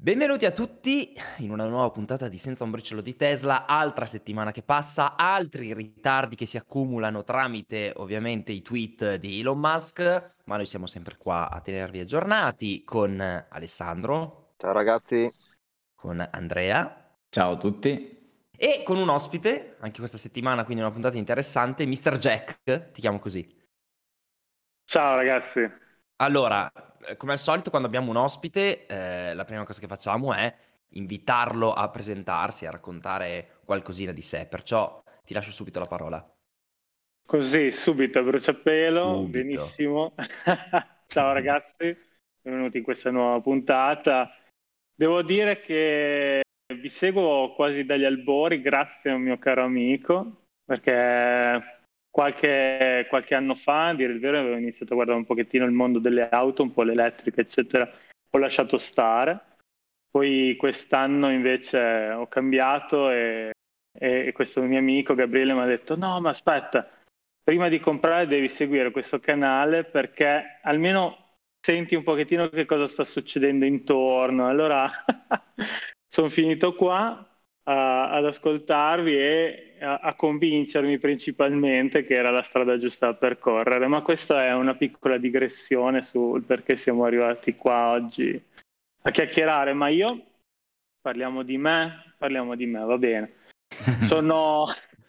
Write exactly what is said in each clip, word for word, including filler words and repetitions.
Benvenuti a tutti in una nuova puntata di Senza un briciolo di Tesla, altra settimana che passa, altri ritardi che si accumulano tramite ovviamente i tweet di Elon Musk, ma noi siamo sempre qua a tenervi aggiornati con Alessandro, Ciao ragazzi. con Andrea Ciao a tutti. e con un ospite, anche questa settimana, quindi una puntata interessante, mister Jack, ti chiamo così. Ciao ragazzi. Allora, eh, come al solito quando abbiamo un ospite, eh, la prima cosa che facciamo è invitarlo a presentarsi, a raccontare qualcosina di sé, perciò ti lascio subito la parola. Così, subito a bruciapelo, Subito. benissimo. Ciao ragazzi, benvenuti in questa nuova puntata. Devo dire che vi seguo quasi dagli albori grazie a un mio caro amico, perché qualche, qualche anno fa, a dire il vero, avevo iniziato a guardare un pochettino il mondo delle auto, un po' l'elettrica, eccetera. Ho lasciato stare. Poi quest'anno invece ho cambiato e, e questo mio amico Gabriele mi ha detto no, ma aspetta, prima di comprare devi seguire questo canale perché almeno senti un pochettino che cosa sta succedendo intorno. Allora sono finito qua a, ad ascoltarvi e a, a convincermi principalmente che era la strada giusta da percorrere, ma questa è una piccola digressione sul perché siamo arrivati qua oggi a chiacchierare, ma io parliamo di me, parliamo di me, va bene. Sono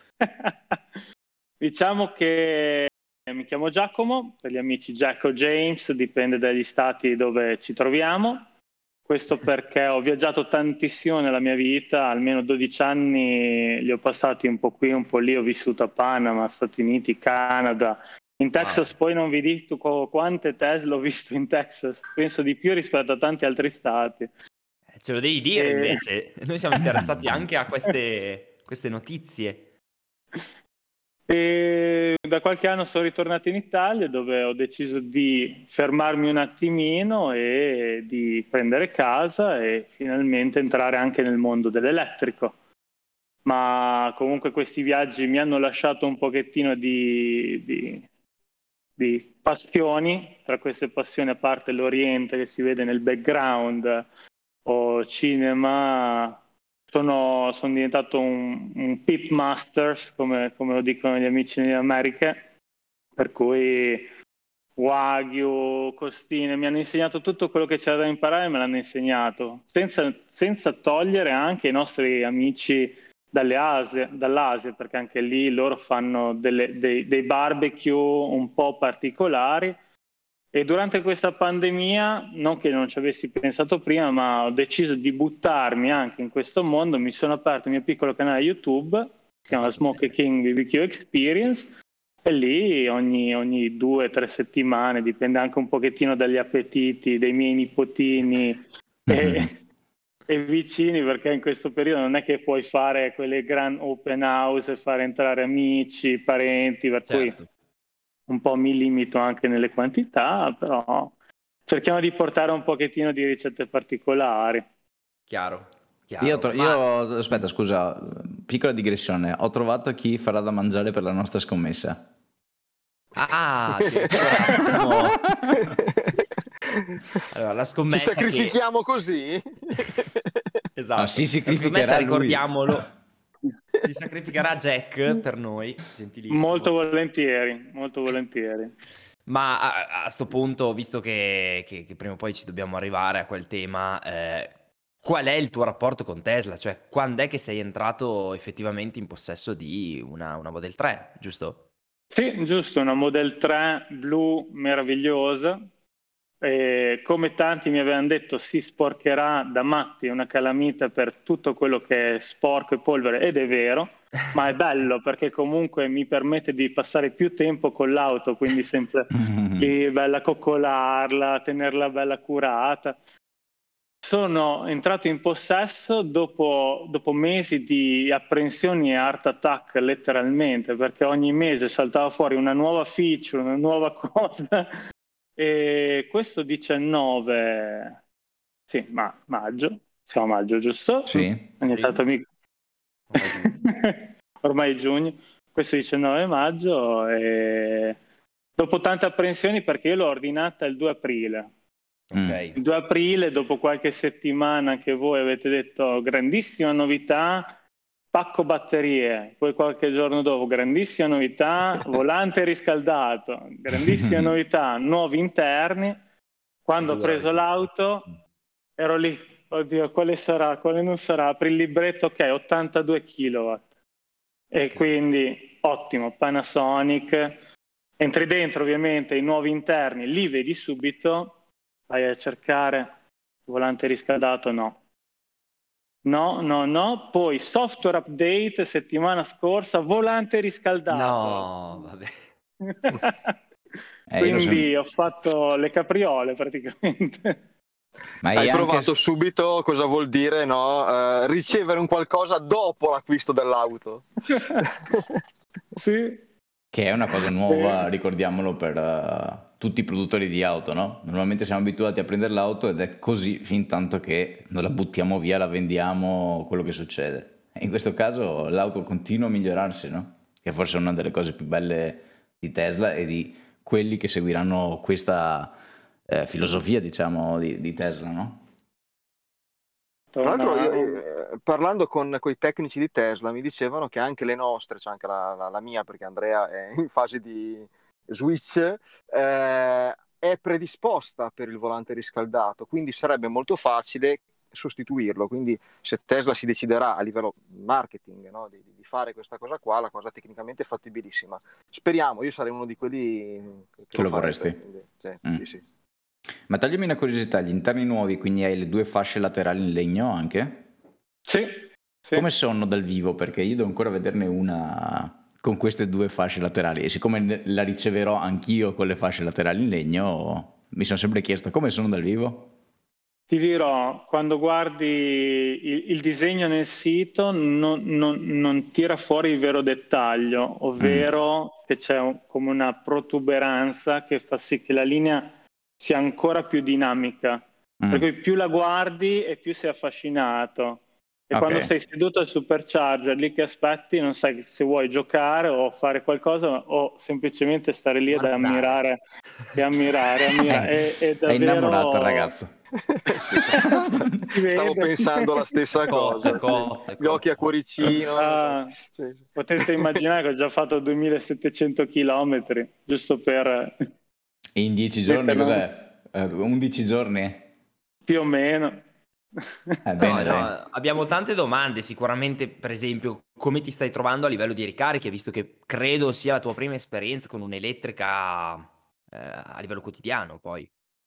diciamo che mi chiamo Giacomo, per gli amici Jack o James, dipende dagli stati dove ci troviamo. Questo perché ho viaggiato tantissimo nella mia vita, almeno dodici anni li ho passati un po' qui, un po' lì, ho vissuto a Panama, Stati Uniti, Canada. In Texas wow. Poi non vi dico quante Tesla ho visto in Texas, penso di più rispetto a tanti altri stati. Ce lo devi dire e... invece, noi siamo interessati anche a queste, queste notizie. E da qualche anno sono ritornato in Italia dove ho deciso di fermarmi un attimino e di prendere casa e finalmente entrare anche nel mondo dell'elettrico. Ma comunque questi viaggi mi hanno lasciato un pochettino di, di, di passioni, tra queste passioni a parte l'Oriente che si vede nel background o cinema. Sono, sono diventato un, un pit masters, come, come lo dicono gli amici in America, per cui Wagyu, costine, mi hanno insegnato tutto quello che c'era da imparare, me l'hanno insegnato, senza, senza togliere anche i nostri amici dalle Asie, dall'Asia, perché anche lì loro fanno delle, dei, dei barbecue un po' particolari. E durante questa pandemia, non che non ci avessi pensato prima, ma ho deciso di buttarmi anche in questo mondo. Mi sono aperto il mio piccolo canale YouTube, si chiama Smoke King B B Q Experience, e lì ogni, ogni due o tre settimane, dipende anche un pochettino dagli appetiti dei miei nipotini e, e vicini, perché in questo periodo non è che puoi fare quelle grand open house e fare entrare amici, parenti, per Certo. cui un po' mi limito anche nelle quantità, però cerchiamo di portare un pochettino di ricette particolari. Chiaro, chiaro. Io, tro- Ma... io, aspetta, scusa, piccola digressione. Ho trovato chi farà da mangiare per la nostra scommessa. Ah, addirittura siamo... Allora, la scommessa ci sacrifichiamo che... così? Esatto. No, si La scommessa, sacrificherà lui. ricordiamolo. Si sacrificherà Jack per noi, gentilissimo. Molto volentieri, molto volentieri. Ma a, a sto punto, visto che, che, che prima o poi ci dobbiamo arrivare a quel tema, eh, qual è il tuo rapporto con Tesla? Cioè, quando è che sei entrato effettivamente in possesso di una, una Model tre, giusto? Sì, giusto, una Model tre blu meravigliosa. E come tanti mi avevano detto, si sporcherà da matti, è una calamita per tutto quello che è sporco e polvere, ed è vero, ma è bello perché comunque mi permette di passare più tempo con l'auto, quindi sempre lì, bella coccolarla, tenerla bella curata. Sono entrato in possesso dopo, dopo mesi di apprensioni e heart attack, letteralmente, perché ogni mese saltava fuori una nuova feature, una nuova cosa. E questo diciannove, sì, ma maggio, siamo a maggio, giusto? Sì. Ogni Sì. tanto mi... Ormai giugno. Ormai è giugno, questo diciannove maggio, e dopo tante apprensioni, perché io l'ho ordinata il due aprile, Ok. Il due aprile, dopo qualche settimana che voi avete detto grandissima novità, pacco batterie, poi qualche giorno dopo grandissima novità, volante riscaldato, grandissima novità, nuovi interni. Quando ho Dura la preso resistance. l'auto ero lì, oddio, quale sarà, quale non sarà? Apri il libretto, ok, ottantadue chilowatt. E Ok. quindi ottimo, Panasonic. Entri dentro ovviamente i nuovi interni, li vedi subito, vai a cercare volante riscaldato, no. No, no, no. Poi software update settimana scorsa, volante riscaldato. No, vabbè. Eh, io lo Quindi so- ho fatto le capriole praticamente. Ma Hai anche... provato subito cosa vuol dire, no? Eh, ricevere un qualcosa dopo l'acquisto dell'auto. Sì. Che è una cosa nuova, Eh. ricordiamolo, per uh, tutti i produttori di auto, no? Normalmente siamo abituati a prendere l'auto ed è così fin tanto che non la buttiamo via, la vendiamo, quello che succede. E in questo caso l'auto continua a migliorarsi, no? Che forse è una delle cose più belle di Tesla e di quelli che seguiranno questa eh, filosofia, diciamo, di, di Tesla, no? Tra l'altro, io, Una- eh, parlando con i tecnici di Tesla, mi dicevano che anche le nostre, cioè anche la, la- la mia, perché Andrea è in fase di switch, eh, è predisposta per il volante riscaldato, quindi sarebbe molto facile sostituirlo. Quindi se Tesla si deciderà a livello marketing, no, di, di fare questa cosa qua, la cosa tecnicamente è fattibilissima. Speriamo, io sarei uno di quelli che, Che lo farebbe, vorresti? quindi, sì, Mm. sì, sì. Ma toglimi una curiosità, gli interni nuovi, quindi hai le due fasce laterali in legno anche? Sì, sì. Come sono dal vivo? Perché io devo ancora vederne una con queste due fasce laterali e siccome ne- la riceverò anch'io con le fasce laterali in legno, mi sono sempre chiesto come sono dal vivo. Ti dirò, quando guardi il, il disegno nel sito non, non- non tira fuori il vero dettaglio, ovvero che c'è un- come una protuberanza che fa sì che la linea sia ancora più dinamica. Per Mm. cui più la guardi e più sei affascinato. E Ok. quando sei seduto al supercharger lì che aspetti, non sai se vuoi giocare o fare qualcosa o semplicemente stare lì ad Guardare. ammirare e ammirare, ammirare. È, è È davvero... innamorato il ragazzo. Sì. Si Stavo vede. pensando la stessa Cotta, cosa, cotta, sì. Gli occhi a cotta. cuoricino. Ah, Sì, sì. potete immaginare che ho già fatto duemilasettecento chilometri, giusto per... In dieci Sì, giorni per non- cos'è? Eh, undici giorni? più o meno. Eh, No, bene, no, dai. abbiamo tante domande, sicuramente per esempio come ti stai trovando a livello di ricariche, visto che credo sia la tua prima esperienza con un'elettrica eh, a livello quotidiano poi.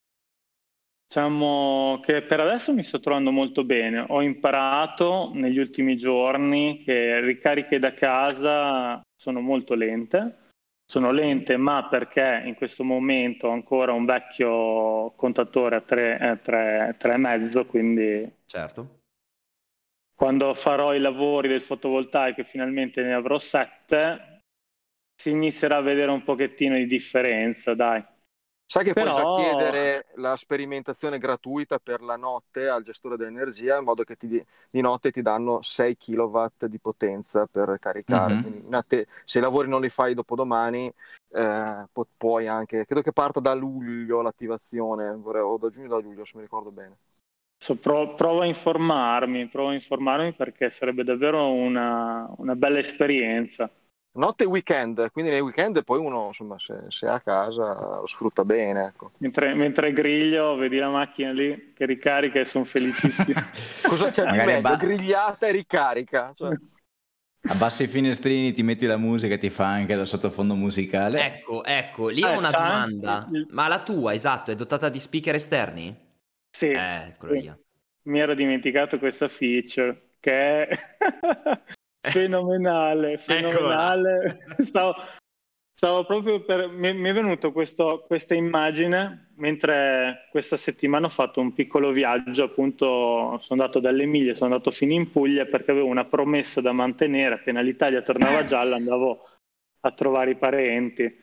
Diciamo che per adesso mi sto trovando molto bene. Ho imparato negli ultimi giorni che ricariche da casa sono molto lente. Sono lente, ma perché in questo momento ho ancora un vecchio contatore a tre, eh, tre, tre e mezzo, quindi Certo. quando farò i lavori del fotovoltaico e finalmente ne avrò sette, si inizierà a vedere un pochettino di differenza, dai. Sai che puoi già Però chiedere la sperimentazione gratuita per la notte al gestore dell'energia, in modo che ti, di notte ti danno sei chilowatt di potenza per caricare. Mhm. Quindi in atte- se i lavori non li fai dopodomani, eh, pu- puoi anche, credo che parta da luglio l'attivazione, vorrei- o da giugno o da luglio, se mi ricordo bene. so, pro- provo a informarmi, provo a informarmi perché sarebbe davvero una, una bella esperienza. Notte e weekend, quindi nei weekend poi uno, insomma, se, se è a casa lo sfrutta bene, ecco. Mentre, mentre griglio, vedi la macchina lì che ricarica e sono felicissimo. Cosa c'è di Magari meglio? ba- Grigliata e ricarica. Cioè. Abbassi i finestrini, ti metti la musica, ti fa anche da sottofondo musicale. Ecco, ecco, lì ho Ah, una c'ha domanda. il- Ma la tua, esatto, è dotata di speaker esterni? Sì, Eh, eccolo sì. lì. Mi ero dimenticato questa feature che è fenomenale, fenomenale. Stavo, stavo proprio per... Mi, mi è venuto questo, questa immagine mentre questa settimana ho fatto un piccolo viaggio, appunto sono andato dall'Emilia, sono andato fino in Puglia perché avevo una promessa da mantenere, appena l'Italia tornava gialla andavo a trovare i parenti.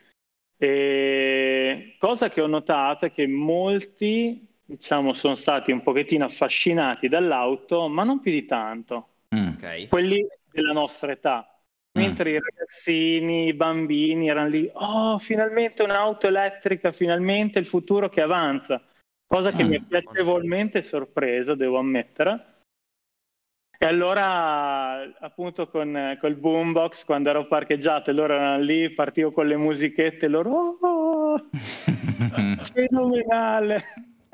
E cosa che ho notato è che molti, diciamo, sono stati un pochettino affascinati dall'auto, ma non più di tanto. Mm. Ok. Quelli della nostra età. Mentre Mm. i ragazzini, i bambini erano lì, oh, finalmente un'auto elettrica, finalmente il futuro che avanza. cosa che Ah. mi ha piacevolmente sorpreso, devo ammettere. E allora, appunto, con col boombox, quando ero parcheggiato e loro erano lì, partivo con le musichette, loro "Oh, fenomenale!"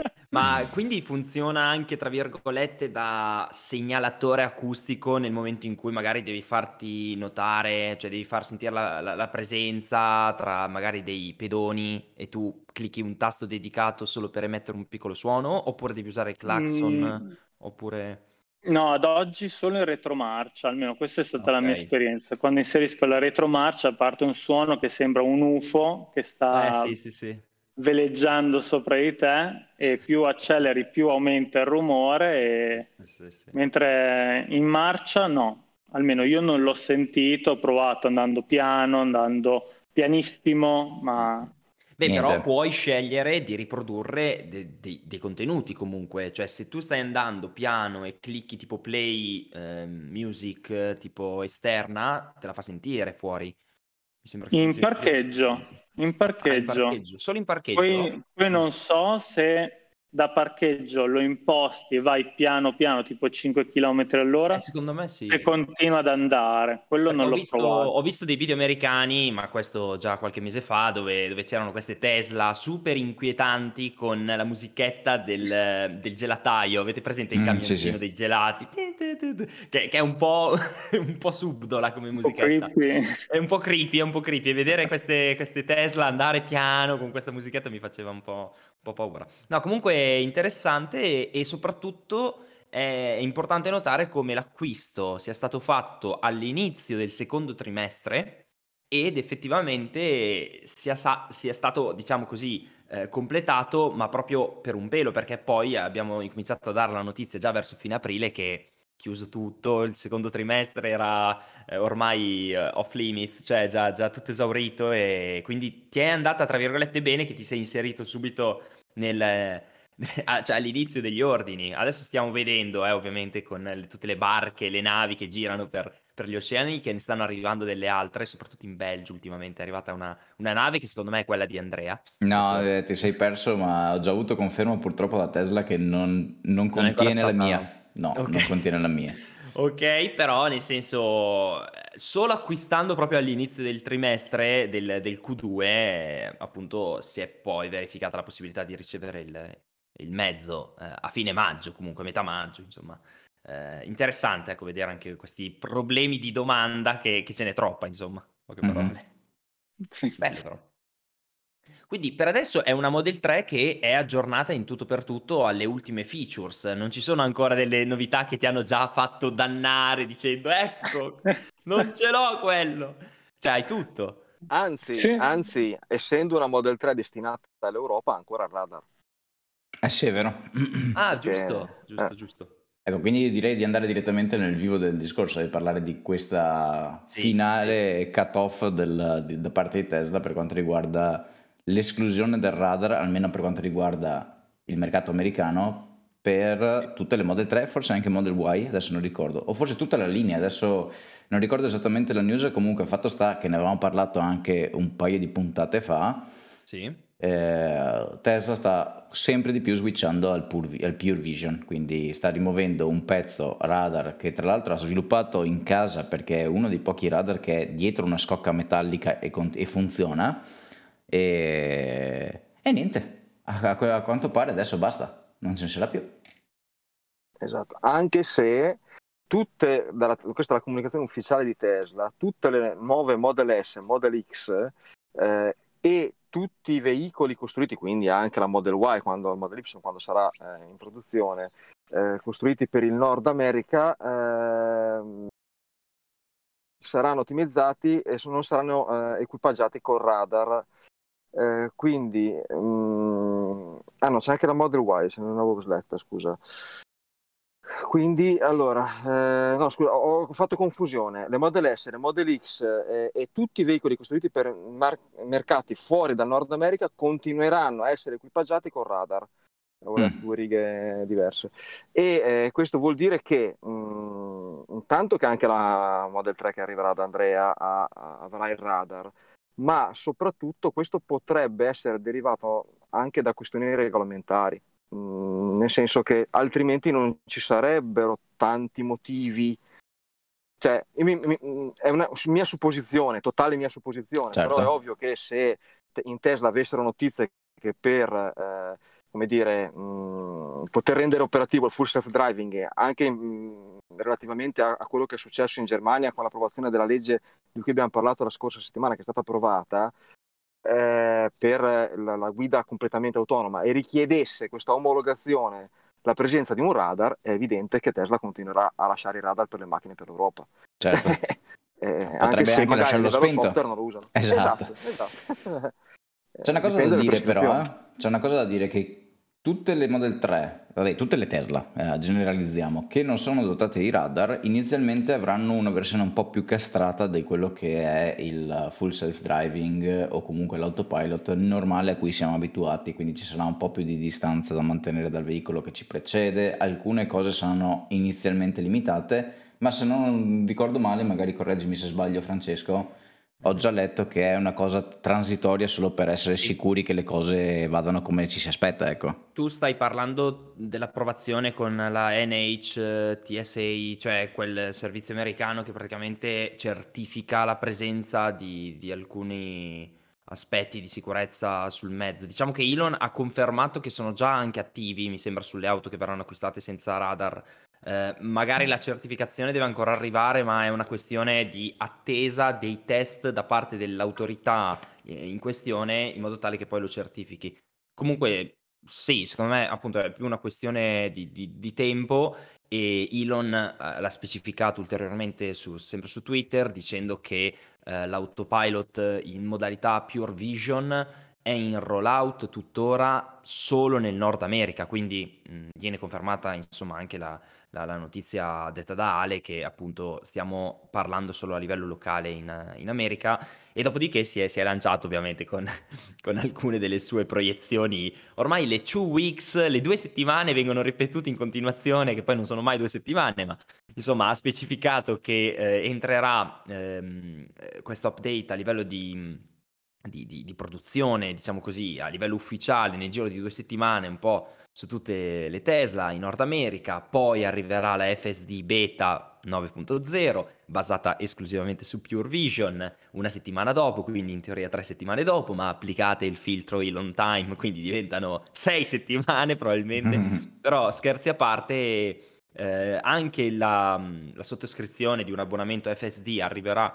Ma quindi funziona anche, tra virgolette, da segnalatore acustico nel momento in cui magari devi farti notare, cioè devi far sentire la, la- la presenza tra magari dei pedoni e tu clicchi un tasto dedicato solo per emettere un piccolo suono, oppure devi usare il clacson, Mm, oppure... no, ad oggi solo in retromarcia, almeno questa è stata la mia Ok. esperienza. Quando inserisco la retromarcia parte un suono che sembra un U F O che Eh sta sì, sì, sì. veleggiando sopra di te, e più acceleri più aumenta il rumore, e Sì, sì, sì. mentre in marcia no, almeno io non l'ho sentito, ho provato andando piano, andando pianissimo, ma Beh, però Niente. puoi scegliere di riprodurre de- de- dei contenuti comunque, cioè se tu stai andando piano e clicchi tipo play ehm, music eh, tipo esterna, te la fa sentire fuori. Mi sembra che in funzioni così adesso. parcheggio, in Ah, in parcheggio. parcheggio, solo in parcheggio? Poi, poi Mm. non so se da parcheggio lo imposti e vai piano piano, tipo cinque chilometri Eh, all'ora, secondo me e sì. continua ad andare. Quello Perché non ho l'ho visto, provato. ho visto dei video americani, ma questo già qualche mese fa, dove, dove c'erano queste Tesla super inquietanti con la musichetta del, del gelataio. Avete presente il Mm, sì, camioncino sì. dei gelati? Che, che è un po', un po' subdola come Un po' musichetta. creepy. È un po' creepy, è un po' creepy. E vedere queste, queste Tesla andare piano con questa musichetta mi faceva un po', un po' paura. No, comunque è interessante e, e soprattutto è importante notare come l'acquisto sia stato fatto all'inizio del secondo trimestre ed effettivamente sia, sa- sia stato, diciamo così, eh, completato, ma proprio per un pelo, perché poi abbiamo incominciato a dare la notizia già verso fine aprile che chiuso tutto, il secondo trimestre era eh, ormai eh, off limits, cioè già, già tutto esaurito, e quindi ti è andata, tra virgolette, bene che ti sei inserito subito nel, ah, cioè all'inizio degli ordini. Adesso stiamo vedendo, eh, ovviamente, con le- tutte le barche, le navi che girano per, per gli oceani, che ne stanno arrivando delle altre, soprattutto in Belgio ultimamente è arrivata una, una nave che secondo me è quella di Andrea. No, Adesso eh, ti sei perso, ma ho già avuto conferma purtroppo da Tesla che non, non non è ancora contiene la stata... mia. No, Ok. non contiene la mia. Ok, però nel senso, eh, solo acquistando proprio all'inizio del trimestre del, del Q due, eh, appunto, si è poi verificata la possibilità di ricevere il, il mezzo eh, a fine maggio, comunque metà maggio, insomma. Eh, interessante, ecco, vedere anche questi problemi di domanda che, che ce n'è troppa, insomma, in poche Mhm. parole. Sì. Bello però. Quindi per adesso è una Model tre che è aggiornata in tutto per tutto alle ultime features. Non ci sono ancora delle novità che ti hanno già fatto dannare dicendo ecco, non ce l'ho quello. Cioè hai tutto. Anzi, Sì. anzi, essendo una Model tre destinata all'Europa, ha ancora il radar. Eh sì, è vero. Ah, Perché, giusto, eh, giusto, giusto. Ecco, quindi direi di andare direttamente nel vivo del discorso e parlare di questa Sì, sì. finale cut-off del- di- da parte di Tesla per quanto riguarda l'esclusione del radar, almeno per quanto riguarda il mercato americano, per tutte le Model tre, forse anche Model Y, adesso non ricordo, o forse tutta la linea, adesso non ricordo esattamente la news, comunque fatto sta che ne avevamo parlato anche un paio di puntate fa. Sì. Eh, Tesla sta sempre di più switchando al, pur- al Pure Vision, quindi sta rimuovendo un pezzo radar che tra l'altro ha sviluppato in casa perché è uno dei pochi radar che è dietro una scocca metallica e, con- e funziona, e, e niente, a, a- a quanto pare adesso basta, non ce ne sarà più. esatto. Anche se tutte, dalla, questa è la comunicazione ufficiale di Tesla, tutte le nuove Model S, Model X eh, e tutti i veicoli costruiti, quindi anche la Model Y, quando, il Model Y quando sarà eh, in produzione, eh, costruiti per il Nord America, eh, saranno ottimizzati e non saranno eh, equipaggiati con radar. Eh, quindi, um, ah no, c'è anche la Model Y, se non avevo sletta, scusa. Quindi, allora, eh, no, scusa, ho, ho fatto confusione. Le Model S, le Model X eh, e tutti i veicoli costruiti per mar- mercati fuori dal Nord America continueranno a essere equipaggiati con radar. Ho letto Mm. due righe diverse. E eh, questo vuol dire che mh, intanto che anche la Model tre che arriverà da Andrea ha- ha- avrà il radar, ma soprattutto questo potrebbe essere derivato anche da questioni regolamentari. mh, nel senso che altrimenti non ci sarebbero tanti motivi. Cioè, mi- mi- è una mia supposizione, totale mia supposizione, Certo. però è ovvio che se te- in Tesla avessero notizie che per eh, come dire, mh, poter rendere operativo il full self-driving anche mh, relativamente a, a quello che è successo in Germania con l'approvazione della legge di cui abbiamo parlato la scorsa settimana, che è stata approvata eh, per la, la guida completamente autonoma, e richiedesse questa omologazione la presenza di un radar, è evidente che Tesla continuerà a lasciare i radar per le macchine per l'Europa. Certo. Eh, anche Potrebbe se anche magari a lasciarlo livello spento. software non lo usano. Esatto. Esatto, esatto. C'è una Eh, cosa da dipende dalle dire però, prescrizioni. eh? C'è una cosa da dire che tutte le Model tre, vabbè, tutte le Tesla, eh, generalizziamo, che non sono dotate di radar, inizialmente avranno una versione un po' più castrata di quello che è il full self-driving o comunque l'autopilot normale a cui siamo abituati, quindi ci sarà un po' più di distanza da mantenere dal veicolo che ci precede, alcune cose saranno inizialmente limitate, ma se non ricordo male, magari correggimi se sbaglio Francesco, ho già letto che è una cosa transitoria solo per essere Sì. sicuri che le cose vadano come ci si aspetta, ecco. Tu stai parlando dell'approvazione con la N H T S A, cioè quel servizio americano che praticamente certifica la presenza di, di alcuni aspetti di sicurezza sul mezzo. Diciamo che Elon ha confermato che sono già anche attivi, mi sembra, sulle auto che verranno acquistate senza radar. Eh, magari la certificazione deve ancora arrivare, ma è una questione di attesa dei test da parte dell'autorità eh, in questione, in modo tale che poi lo certifichi. Comunque, sì, secondo me appunto è più una questione di, di- di tempo, e Elon eh, l'ha specificato ulteriormente su- sempre su Twitter dicendo che eh, l'autopilot in modalità Pure Vision è in rollout tuttora solo nel Nord America, quindi mh, viene confermata insomma anche la, la- la notizia detta da Ale che appunto stiamo parlando solo a livello locale in, in America, e dopodiché si è, si è lanciato ovviamente con, con alcune delle sue proiezioni. Ormai le two weeks, le due settimane vengono ripetute in continuazione, che poi non sono mai due settimane, ma insomma ha specificato che eh, entrerà ehm, eh, questo update a livello di, di, di- di produzione, diciamo così, a livello ufficiale nel giro di due settimane, un po' su tutte le Tesla in Nord America. Poi arriverà la F S D Beta nove punto zero, basata esclusivamente su Pure Vision, una settimana dopo, quindi in teoria tre settimane dopo, ma applicate il filtro Elon Time, quindi diventano sei settimane probabilmente. Però scherzi a parte, eh, anche la, la sottoscrizione di un abbonamento F S D arriverà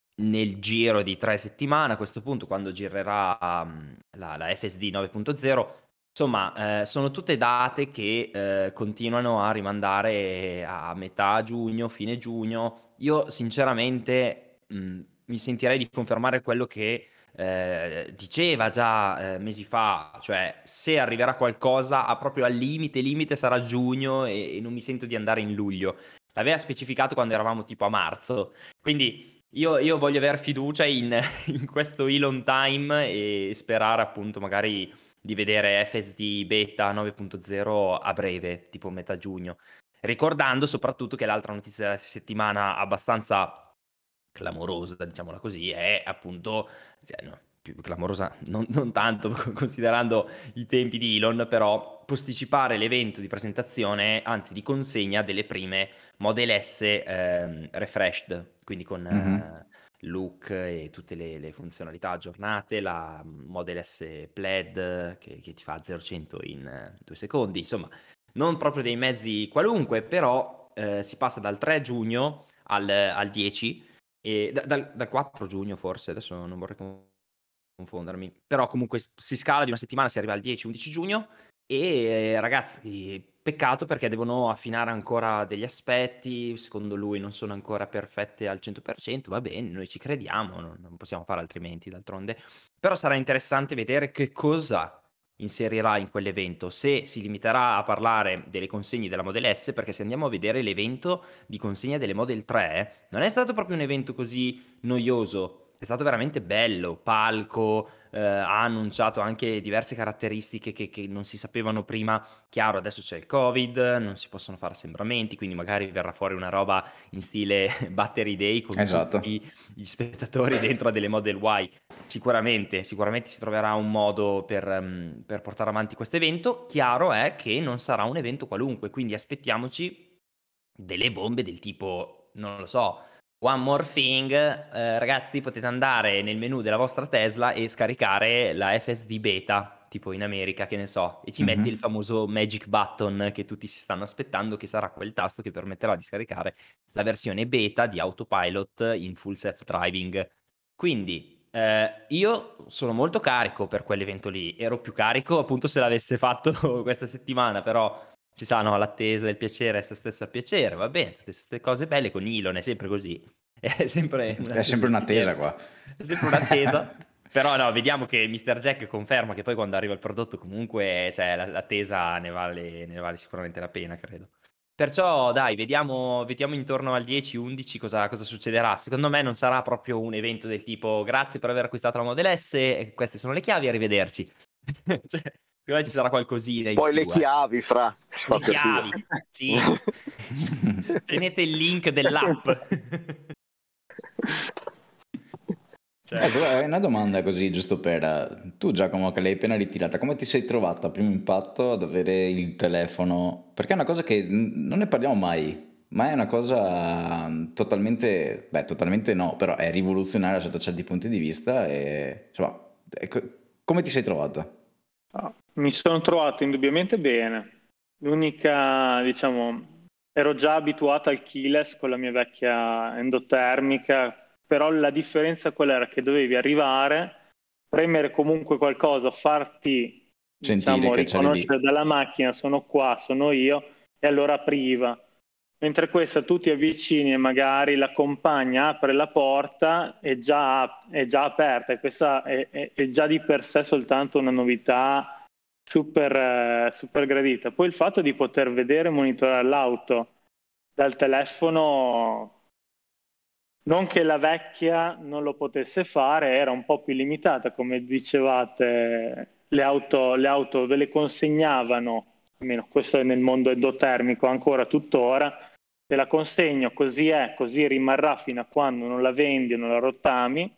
nel giro di tre settimane, a questo punto, quando girerà um, la, la F S D nove punto zero. Insomma, eh, sono tutte date che eh, continuano a rimandare a metà giugno, fine giugno. Io sinceramente mh, mi sentirei di confermare quello che eh, diceva già eh, mesi fa, cioè se arriverà qualcosa, a proprio al limite, limite sarà giugno, e, e non mi sento di andare in luglio. L'aveva specificato quando eravamo tipo a marzo, quindi io, io voglio avere fiducia in, in questo Elon Time e sperare appunto magari di vedere F S D Beta nove punto zero a breve, tipo metà giugno. Ricordando soprattutto che l'altra notizia della settimana abbastanza clamorosa, diciamola così, è appunto, cioè, no, più clamorosa non, non tanto considerando i tempi di Elon, però posticipare l'evento di presentazione, anzi di consegna delle prime Model S ehm, refreshed, quindi con Mhm. eh, look e tutte le, le funzionalità aggiornate, la Model S Plaid che, che ti fa zero a cento in eh, due secondi, insomma, non proprio dei mezzi qualunque, però eh, si passa dal tre giugno al, al dieci, e da- dal, dal quattro giugno forse, adesso non vorrei confondermi, però comunque s- si scala di una settimana, si arriva al dieci undici giugno. E eh, ragazzi, peccato perché devono affinare ancora degli aspetti, secondo lui non sono ancora perfette al cento per cento, va bene, noi ci crediamo, non, non possiamo fare altrimenti d'altronde, però sarà interessante vedere che cosa inserirà in quell'evento, se si limiterà a parlare delle consegne della Model S, perché se andiamo a vedere l'evento di consegna delle Model tre, non è stato proprio un evento così noioso. È stato veramente bello, palco, eh, ha annunciato anche diverse caratteristiche che, che non si sapevano prima. Chiaro, adesso c'è il Covid, non si possono fare assembramenti, quindi magari verrà fuori una roba in stile Battery Day con Esatto. tutti gli spettatori dentro a delle Model Y. Sicuramente, sicuramente si troverà un modo per, um, per portare avanti questo evento. Chiaro è che non sarà un evento qualunque, quindi aspettiamoci delle bombe del tipo, non lo so, one more thing, eh, ragazzi, potete andare nel menu della vostra Tesla e scaricare la F S D beta, tipo in America, che ne so, e ci Mhm. metti il famoso magic button che tutti si stanno aspettando, che sarà quel tasto che permetterà di scaricare la versione beta di Autopilot in full self-driving. Quindi eh, io sono molto carico per quell'evento lì, ero più carico appunto se l'avesse fatto questa settimana, però si sa, no, l'attesa del piacere è se stesso a piacere, va bene, tutte queste cose belle con Elon è sempre così, è sempre È sempre un'attesa qua. è sempre un'attesa, però no, vediamo che mister Jack conferma che poi quando arriva il prodotto comunque, cioè, la- l'attesa ne vale, ne vale sicuramente la pena, credo. Perciò dai, vediamo, vediamo intorno al dieci undici cosa, cosa succederà. Secondo me non sarà proprio un evento del tipo grazie per aver acquistato la Model S, e queste sono le chiavi, arrivederci. Cioè, secondo me ci sarà qualcosina in Poi più, le eh. chiavi, fra, si fa Le per chiavi, dire. sì. Tenete il link dell'app. Cioè, Ecco, è una domanda così, giusto per... eh, Tu Giacomo, che l'hai appena ritirata, come ti sei trovata a primo impatto ad avere il telefono? Perché è una cosa che n- non ne parliamo mai, ma è una cosa mm, totalmente... Beh, totalmente no, però è rivoluzionaria sotto certi punti di vista e... Insomma, ecco, come ti sei trovata? Ah, mi sono trovato indubbiamente bene. L'unica, diciamo, ero già abituato al keyless con la mia vecchia endotermica, però la differenza qual era? Che dovevi arrivare, premere comunque qualcosa, farti, Sentire diciamo, che c'eri lì. riconoscere dalla macchina, sono qua, sono io, e allora apriva. Mentre questa tu ti avvicini e magari la compagna apre la porta e già è già aperta, e questa è, è- è già di per sé soltanto una novità super, eh, super gradita. Poi il fatto di poter vedere e monitorare l'auto dal telefono, non che la vecchia non lo potesse fare, era un po' più limitata, come dicevate, le auto, le auto ve le consegnavano, almeno questo è nel mondo endotermico ancora tuttora, te la consegno, così è, così rimarrà fino a quando non la vendi o non la rottami,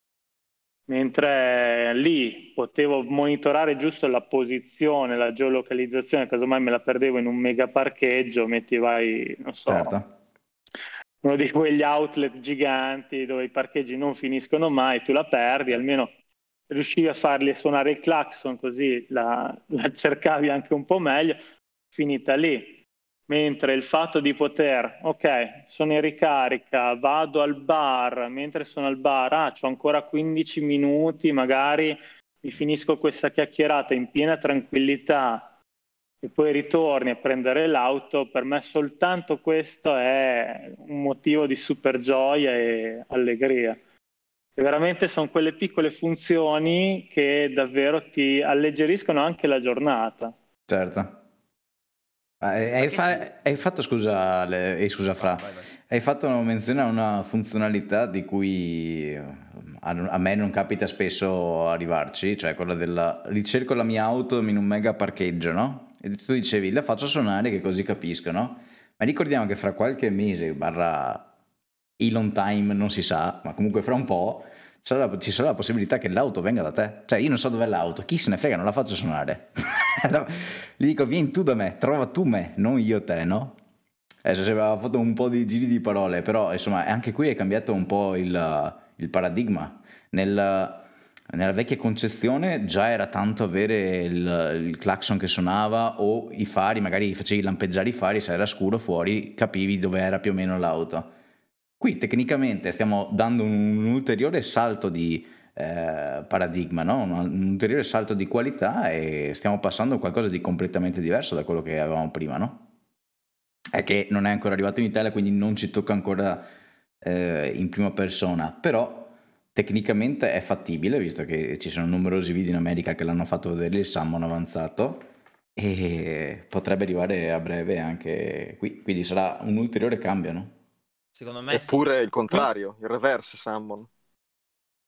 mentre lì potevo monitorare giusto la posizione, la geolocalizzazione, casomai me la perdevo in un mega parcheggio, metti vai, non so, Certo. uno di quegli outlet giganti dove i parcheggi non finiscono mai, tu la perdi, almeno riuscivi a farli suonare il clacson, così la, la cercavi anche un po' meglio, finita lì. Mentre il fatto di poter, ok, sono in ricarica, vado al bar, mentre sono al bar, ah, c'ho ancora quindici minuti, magari mi finisco questa chiacchierata in piena tranquillità e poi ritorni a prendere l'auto, per me soltanto questo è un motivo di super gioia e allegria. E veramente sono quelle piccole funzioni che davvero ti alleggeriscono anche la giornata. Certo. Ah, Hai, hai perché fa- sì. hai fatto, scusa, le- eh, scusa Fra, Vai, vai, vai. hai fatto menzione a una funzionalità di cui eh, a, a me non capita spesso arrivarci, cioè quella della ricerco la mia auto in un mega parcheggio, no? E tu dicevi, la faccio suonare che così capisco, no? Ma ricordiamo che fra qualche mese, barra Elon time, non si sa, ma comunque fra un po' sarà la- ci sarà la possibilità che l'auto venga da te. Cioè io non so dov'è l'auto, chi se ne frega, non la faccio suonare. No, gli dico vieni tu da me, trova tu me, non io te, no? Adesso si aveva fatto un po' di giri di parole, però insomma anche qui è cambiato un po' il, il paradigma. Nel- nella vecchia concezione già era tanto avere il, il clacson che suonava o i fari, magari facevi lampeggiare i fari, se era scuro fuori capivi dove era più o meno l'auto. Qui tecnicamente stiamo dando un, un ulteriore salto di eh, paradigma, no? un, un ulteriore salto di qualità e stiamo passando a qualcosa di completamente diverso da quello che avevamo prima, no? È che non è ancora arrivato in Italia, quindi non ci tocca ancora eh, in prima persona, però tecnicamente è fattibile, visto che ci sono numerosi video in America che l'hanno fatto vedere il Summon avanzato e potrebbe arrivare a breve anche qui, quindi sarà un ulteriore cambio, no? Secondo me sì. Eppure il contrario, il reverse summon.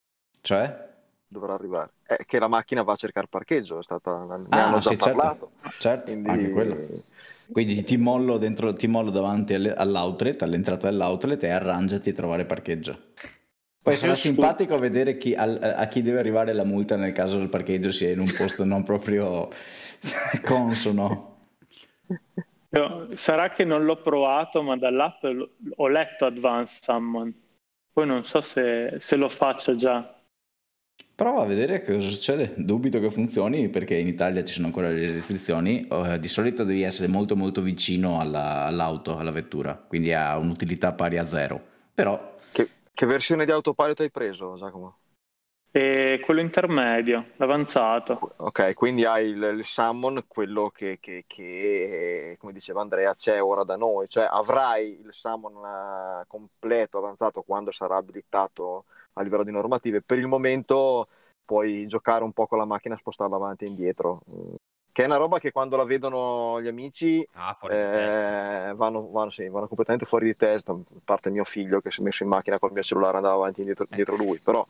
Cioè? Dovrà arrivare. È che la macchina va a cercare parcheggio, è stata, ne Ah, hanno già sì, certo, parlato. certo, Quindi anche quello. Quindi ti mollo dentro, ti mollo davanti alle- all'outlet, all'entrata dell'outlet e arrangiati a trovare parcheggio. Poi Io sarà scu- simpatico vedere chi- al- a chi deve arrivare la multa nel caso del parcheggio sia in un posto non proprio consono. io- sarà che non l'ho provato, ma dall'app lo- ho letto Advanced Summon. Poi non so se, se lo faccio già. Prova a vedere che cosa succede. Dubito che funzioni perché in Italia ci sono ancora le restrizioni. Eh, di solito devi essere molto molto vicino alla- all'auto, alla vettura, quindi ha un'utilità pari a zero. Però Che, che versione di autopilot hai preso, Giacomo? E quello intermedio, l'avanzato. Ok, quindi hai il, il Summon, quello che, che- che, come diceva Andrea, c'è ora da noi, cioè avrai il Summon eh, completo, avanzato, quando sarà abilitato a livello di normative. Per il momento puoi giocare un po' con la macchina, spostarla avanti e indietro, mm, che è una roba che quando la vedono gli amici Ah, fuori di testa. eh, vanno, vanno, sì, vanno completamente fuori di testa, a parte mio figlio che si è messo in macchina col mio cellulare, andava avanti e indietro, dietro Ecco. lui, però...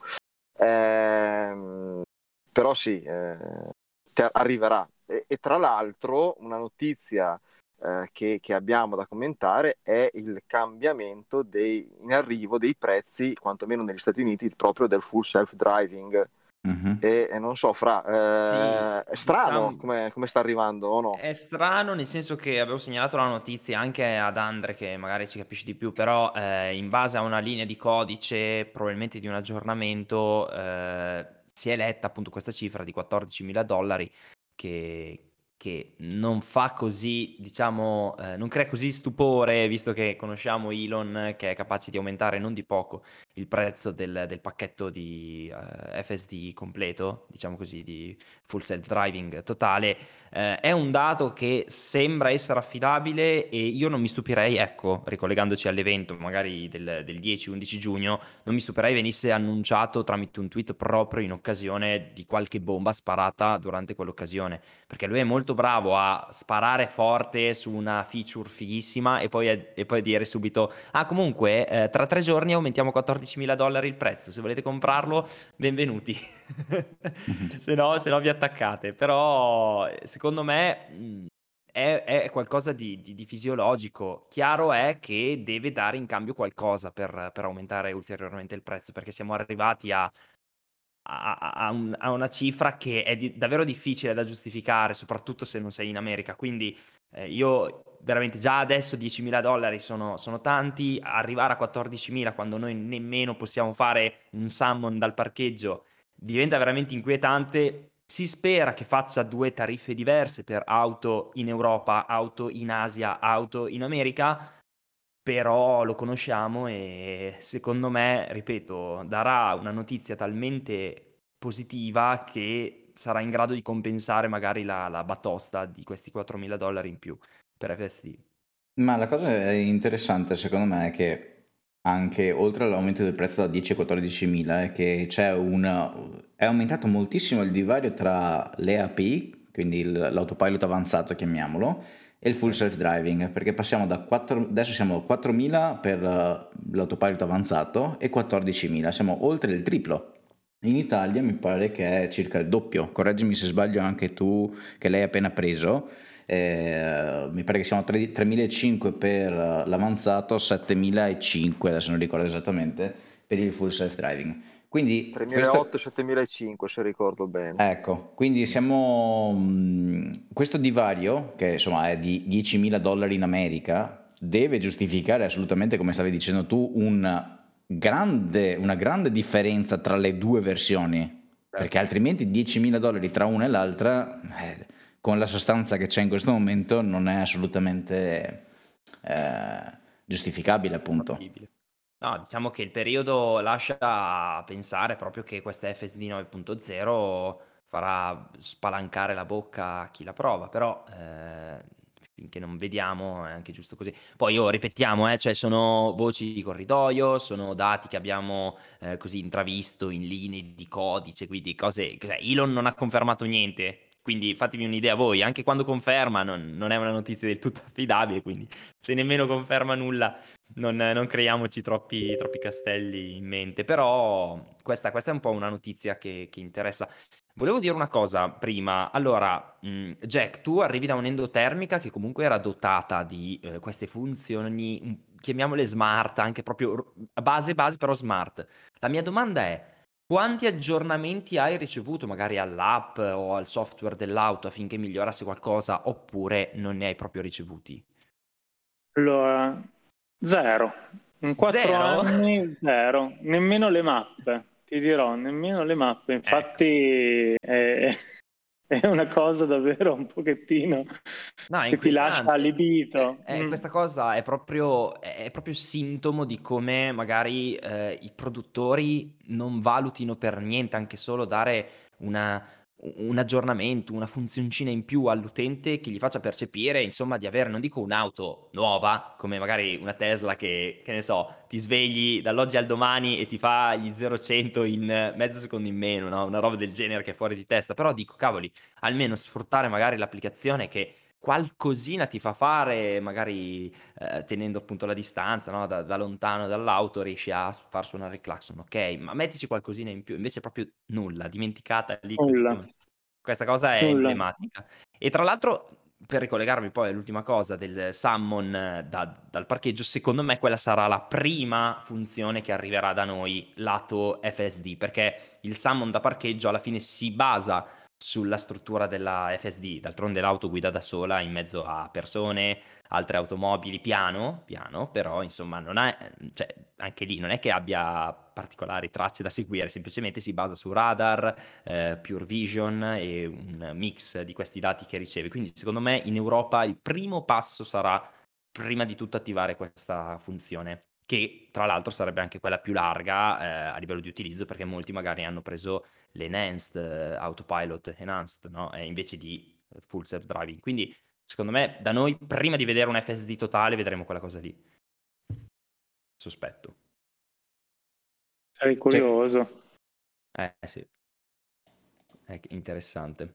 Ehm, però sì, eh, te- arriverà. E, e tra l'altro una notizia eh, che, che abbiamo da commentare è il cambiamento dei, in arrivo dei prezzi, quantomeno negli Stati Uniti, proprio del full self-driving. mhm. E, e non so, Fra, Sì, eh, è strano diciamo, come, come sta arrivando o no? è strano nel senso che avevo segnalato la notizia anche ad Andre che magari ci capisce di più, però eh, in base a una linea di codice, probabilmente di un aggiornamento, eh, si è letta appunto questa cifra di quattordicimila dollari che, che non fa così, diciamo, eh, non crea così stupore, visto che conosciamo Elon che è capace di aumentare non di poco il prezzo del, del pacchetto di eh, F S D completo, diciamo così, di full self-driving totale. Eh, è un dato che sembra essere affidabile e io non mi stupirei, ecco, ricollegandoci all'evento magari del, del dieci undici giugno, non mi stupirei venisse annunciato tramite un tweet proprio in occasione di qualche bomba sparata durante quell'occasione, perché lui è molto bravo a sparare forte su una feature fighissima e poi, e poi dire subito, ah comunque eh, tra tre giorni aumentiamo quattordicimila dollari il prezzo, se volete comprarlo benvenuti. Mhm. se no, se no vi attaccate. Però secondo me mh, è, è qualcosa di, di- di fisiologico. Chiaro è che deve dare in cambio qualcosa per, per aumentare ulteriormente il prezzo, perché siamo arrivati a, a- a- a un- a una cifra che è di- davvero difficile da giustificare, soprattutto se non sei in America. Quindi eh, io veramente già adesso diecimila dollari sono, sono tanti, arrivare a quattordicimila quando noi nemmeno possiamo fare un summon dal parcheggio diventa veramente inquietante. Si spera che faccia due tariffe diverse per auto in Europa, auto in Asia, auto in America, però lo conosciamo e secondo me, ripeto, darà una notizia talmente positiva che sarà in grado di compensare magari la, la batosta di questi quattromila dollari in più per F S D. Ma la cosa interessante secondo me è che anche oltre all'aumento del prezzo da dieci a quattordicimila è che c'è un è aumentato moltissimo il divario tra l'E A P, quindi il- l'autopilot avanzato chiamiamolo, e il full Sì. self-driving, perché passiamo da quattro, adesso siamo a quattromila per eh, l'autopilot avanzato e quattordicimila, siamo oltre il triplo. In Italia mi pare che è circa il doppio, correggimi se sbaglio anche tu che l'hai appena preso. Eh, mi pare che siamo a tre- tremilacinquecento per eh, l'avanzato, settemilacinquecento adesso non ricordo esattamente per il full self driving. Quindi tremilaottocento questo, e settemilacinquecento se ricordo bene. ecco, quindi siamo mh, questo divario che insomma è di diecimila dollari in America deve giustificare assolutamente, come stavi dicendo tu, un grande, una grande differenza tra le due versioni, perché altrimenti diecimila dollari tra una e l'altra eh, con la sostanza che c'è in questo momento non è assolutamente eh, giustificabile, appunto. Fattibile. No, diciamo che il periodo lascia pensare proprio che questa F S D nove punto zero farà spalancare la bocca a chi la prova, però eh, finché non vediamo è anche giusto così. Poi io ripetiamo, eh, cioè sono voci di corridoio, sono dati che abbiamo eh, così intravisto in linee di codice, quindi cose... Cioè, Elon non ha confermato niente, quindi fatevi un'idea voi, anche quando conferma non, non è una notizia del tutto affidabile, quindi se nemmeno conferma nulla non, non creiamoci troppi, troppi castelli in mente, però questa, questa è un po' una notizia che, che interessa. Volevo dire una cosa prima. Allora, mh, Jack, tu arrivi da un'endotermica che comunque era dotata di eh, queste funzioni, mh, chiamiamole smart, anche proprio r- a base base, però smart. La mia domanda è: quanti aggiornamenti hai ricevuto magari all'app o al software dell'auto affinché migliorasse qualcosa, oppure non ne hai proprio ricevuti? Allora, zero. In quattro Zero? anni, zero. Nemmeno le mappe, ti dirò, nemmeno le mappe. Ecco. Infatti è, è una cosa davvero un pochettino No, è che ti lascia inquietante. allibito. Eh, eh, Mm. questa cosa è proprio, è proprio sintomo di come magari eh, i produttori non valutino per niente, anche solo dare una- un aggiornamento, una funzioncina in più all'utente che gli faccia percepire, insomma, di avere, non dico un'auto nuova, come magari una Tesla che, che ne so, ti svegli dall'oggi al domani e ti fa gli zero cento in mezzo secondo in meno, no? Una roba del genere che è fuori di testa. Però dico, cavoli, almeno sfruttare magari l'applicazione che qualcosina ti fa fare, magari eh, tenendo appunto la distanza, no? Da, da lontano dall'auto riesci a far suonare il clacson, ok, ma mettici qualcosina in più, invece proprio nulla, dimenticata lì così Nulla, come. Questa cosa è nulla. emblematica. E tra l'altro, per ricollegarmi poi all'ultima cosa del summon eh, da- dal parcheggio, secondo me quella sarà la prima funzione che arriverà da noi lato F S D, perché il summon da parcheggio alla fine si basa sulla struttura della F S D. D'altronde l'auto guida da sola in mezzo a persone, altre automobili, piano, piano, però insomma non è, cioè, anche lì non è che abbia particolari tracce da seguire, semplicemente si basa su radar, eh, Pure Vision e un mix di questi dati che riceve. Quindi secondo me in Europa il primo passo sarà prima di tutto attivare questa funzione, che tra l'altro sarebbe anche quella più larga eh, a livello di utilizzo, perché molti magari hanno preso l'enhanced eh, autopilot enhanced, no? Eh, invece di eh, full self driving. Quindi secondo me da noi prima di vedere un F S D totale vedremo quella cosa lì. Sospetto. Sarei curioso. Eh sì. È interessante.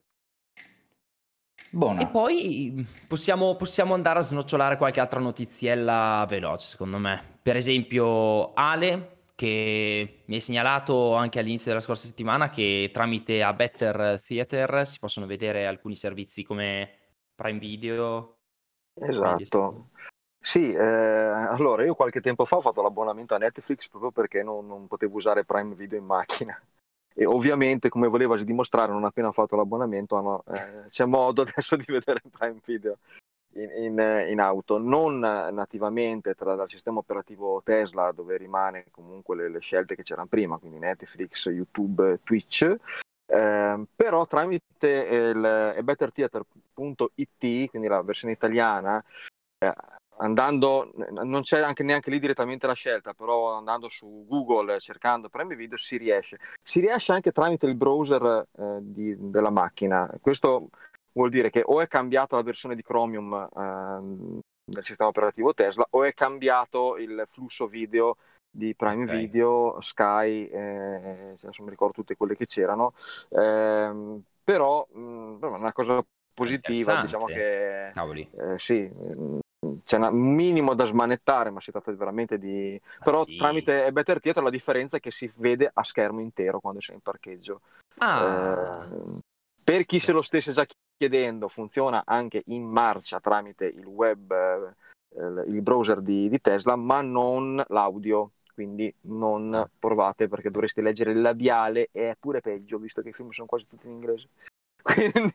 Buona. E poi possiamo, possiamo andare a snocciolare qualche altra notiziella veloce, secondo me. Per esempio, Ale, che mi hai segnalato anche all'inizio della scorsa settimana che tramite A Better Theater si possono vedere alcuni servizi come Prime Video. Esatto. Sì, eh, allora io qualche tempo fa ho fatto l'abbonamento a Netflix proprio perché non, non potevo usare Prime Video in macchina. E ovviamente, come volevasi dimostrare, non appena fatto l'abbonamento, hanno, eh, c'è modo adesso di vedere Prime Video in, in, in auto, non nativamente tra, dal sistema operativo Tesla, dove rimane comunque le, le scelte che c'erano prima, quindi Netflix, YouTube, Twitch, eh, però tramite il better theater punto it, quindi la versione italiana, eh, andando, non c'è anche neanche lì direttamente la scelta, però andando su Google cercando Prime Video si riesce. Si riesce anche tramite il browser eh, di, della macchina. Questo vuol dire che o è cambiata la versione di Chromium eh, del sistema operativo Tesla o è cambiato il flusso video di Prime Okay. Video, Sky, eh, adesso mi ricordo tutte quelle che c'erano, eh, però mh, è una cosa positiva, diciamo Interessante. che Cavoli. eh, sì, mh, c'è un minimo da smanettare, ma si tratta veramente di... Ma però sì. tramite Better Theater la differenza è che si vede a schermo intero quando sei in parcheggio. Ah. Eh, per chi se lo stesse già chiedendo, funziona anche in marcia tramite il web, eh, il browser di, di Tesla, ma non l'audio, quindi non Ah. provate perché dovreste leggere il labiale, e è pure peggio visto che i film sono quasi tutti in inglese. Quindi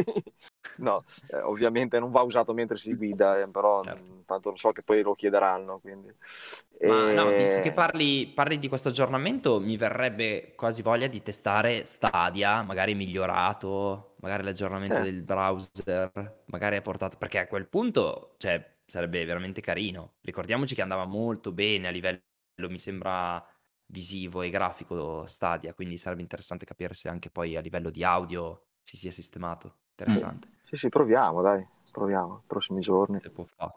no, eh, ovviamente non va usato mentre si guida, eh, però Certo. mh, tanto lo so che poi lo chiederanno, quindi. Ma no, visto che E... parli, parli di questo aggiornamento, mi verrebbe quasi voglia di testare Stadia, magari migliorato, magari l'aggiornamento eh, del browser, magari ha portato, perché a quel punto, cioè, sarebbe veramente carino. Ricordiamoci che andava molto bene a livello, mi sembra, visivo e grafico Stadia, quindi sarebbe interessante capire se anche poi a livello di audio si sia sistemato. Interessante. sì, sì, proviamo, dai, proviamo, prossimi giorni. Se può fare.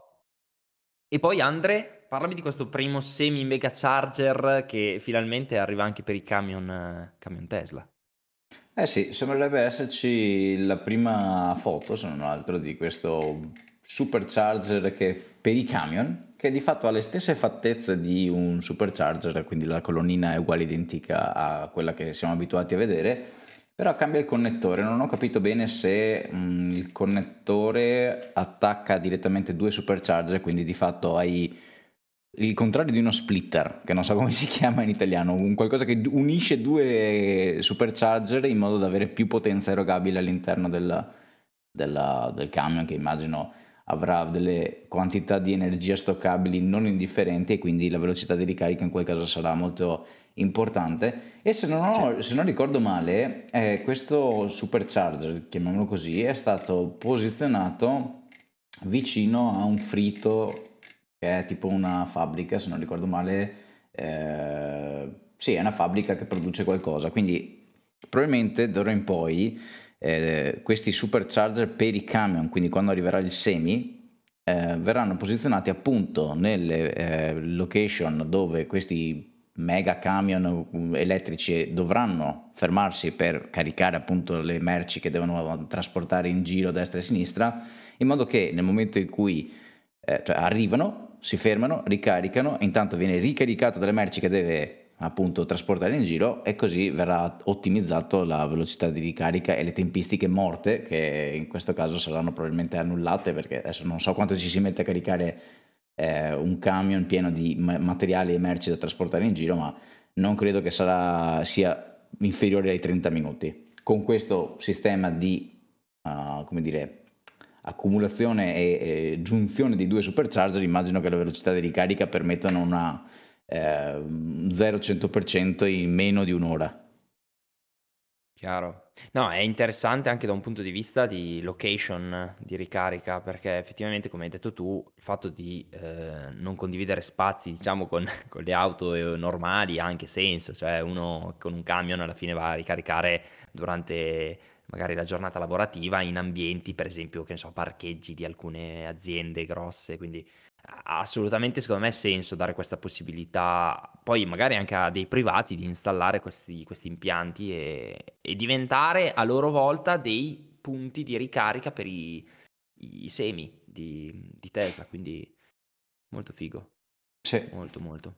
E poi Andre, parlami di questo primo semi mega charger che finalmente arriva anche per i camion, eh, camion Tesla. Eh sì, sembrerebbe esserci la prima foto, se non altro, di questo supercharger che per i camion, che che di fatto ha le stesse fattezze di un supercharger, quindi la colonnina è uguale identica a quella che siamo abituati a vedere, però cambia il connettore. Non ho capito bene se mh, il connettore attacca direttamente due supercharger, quindi di fatto hai il contrario di uno splitter, che non so come si chiama in italiano, un qualcosa che unisce due supercharger in modo da avere più potenza erogabile all'interno del, della- del camion, che immagino avrà delle quantità di energia stoccabili non indifferenti, e quindi la velocità di ricarica in quel caso sarà molto importante. E se non, ho- se non ricordo male, eh, questo supercharger, chiamiamolo così, è stato posizionato vicino a un frito che è tipo una fabbrica, se non ricordo male, eh, sì, è una fabbrica che produce qualcosa, quindi probabilmente d'ora in poi eh, questi supercharger per i camion, quindi quando arriverà il semi, eh, verranno posizionati appunto nelle eh, location dove questi mega camion elettrici dovranno fermarsi per caricare appunto le merci che devono trasportare in giro a destra e a sinistra, in modo che nel momento in cui eh, cioè arrivano, si fermano, ricaricano, e intanto viene ricaricato delle merci che deve appunto trasportare in giro, e così verrà ottimizzato la velocità di ricarica e le tempistiche morte, che in questo caso saranno probabilmente annullate, perché adesso non so quanto ci si mette a caricare eh, un camion pieno di ma- materiali e merci da trasportare in giro, ma non credo che sarà sia inferiore ai trenta minuti. Con questo sistema di uh, come dire accumulazione e, e giunzione di due supercharger, immagino che la velocità di ricarica permettano una eh, zero cento per cento in meno di un'ora. Chiaro. No, è interessante anche da un punto di vista di location di ricarica, perché effettivamente, come hai detto tu, il fatto di eh, non condividere spazi, diciamo, con, con le auto eh, normali ha anche senso. Cioè, uno con un camion alla fine va a ricaricare durante magari la giornata lavorativa in ambienti, per esempio, che ne so, parcheggi di alcune aziende grosse, quindi ha assolutamente, secondo me, senso dare questa possibilità, poi magari anche a dei privati, di installare questi, questi impianti e, e diventare a loro volta dei punti di ricarica per i, i semi di, di Tesla, quindi molto figo, Sì. molto molto.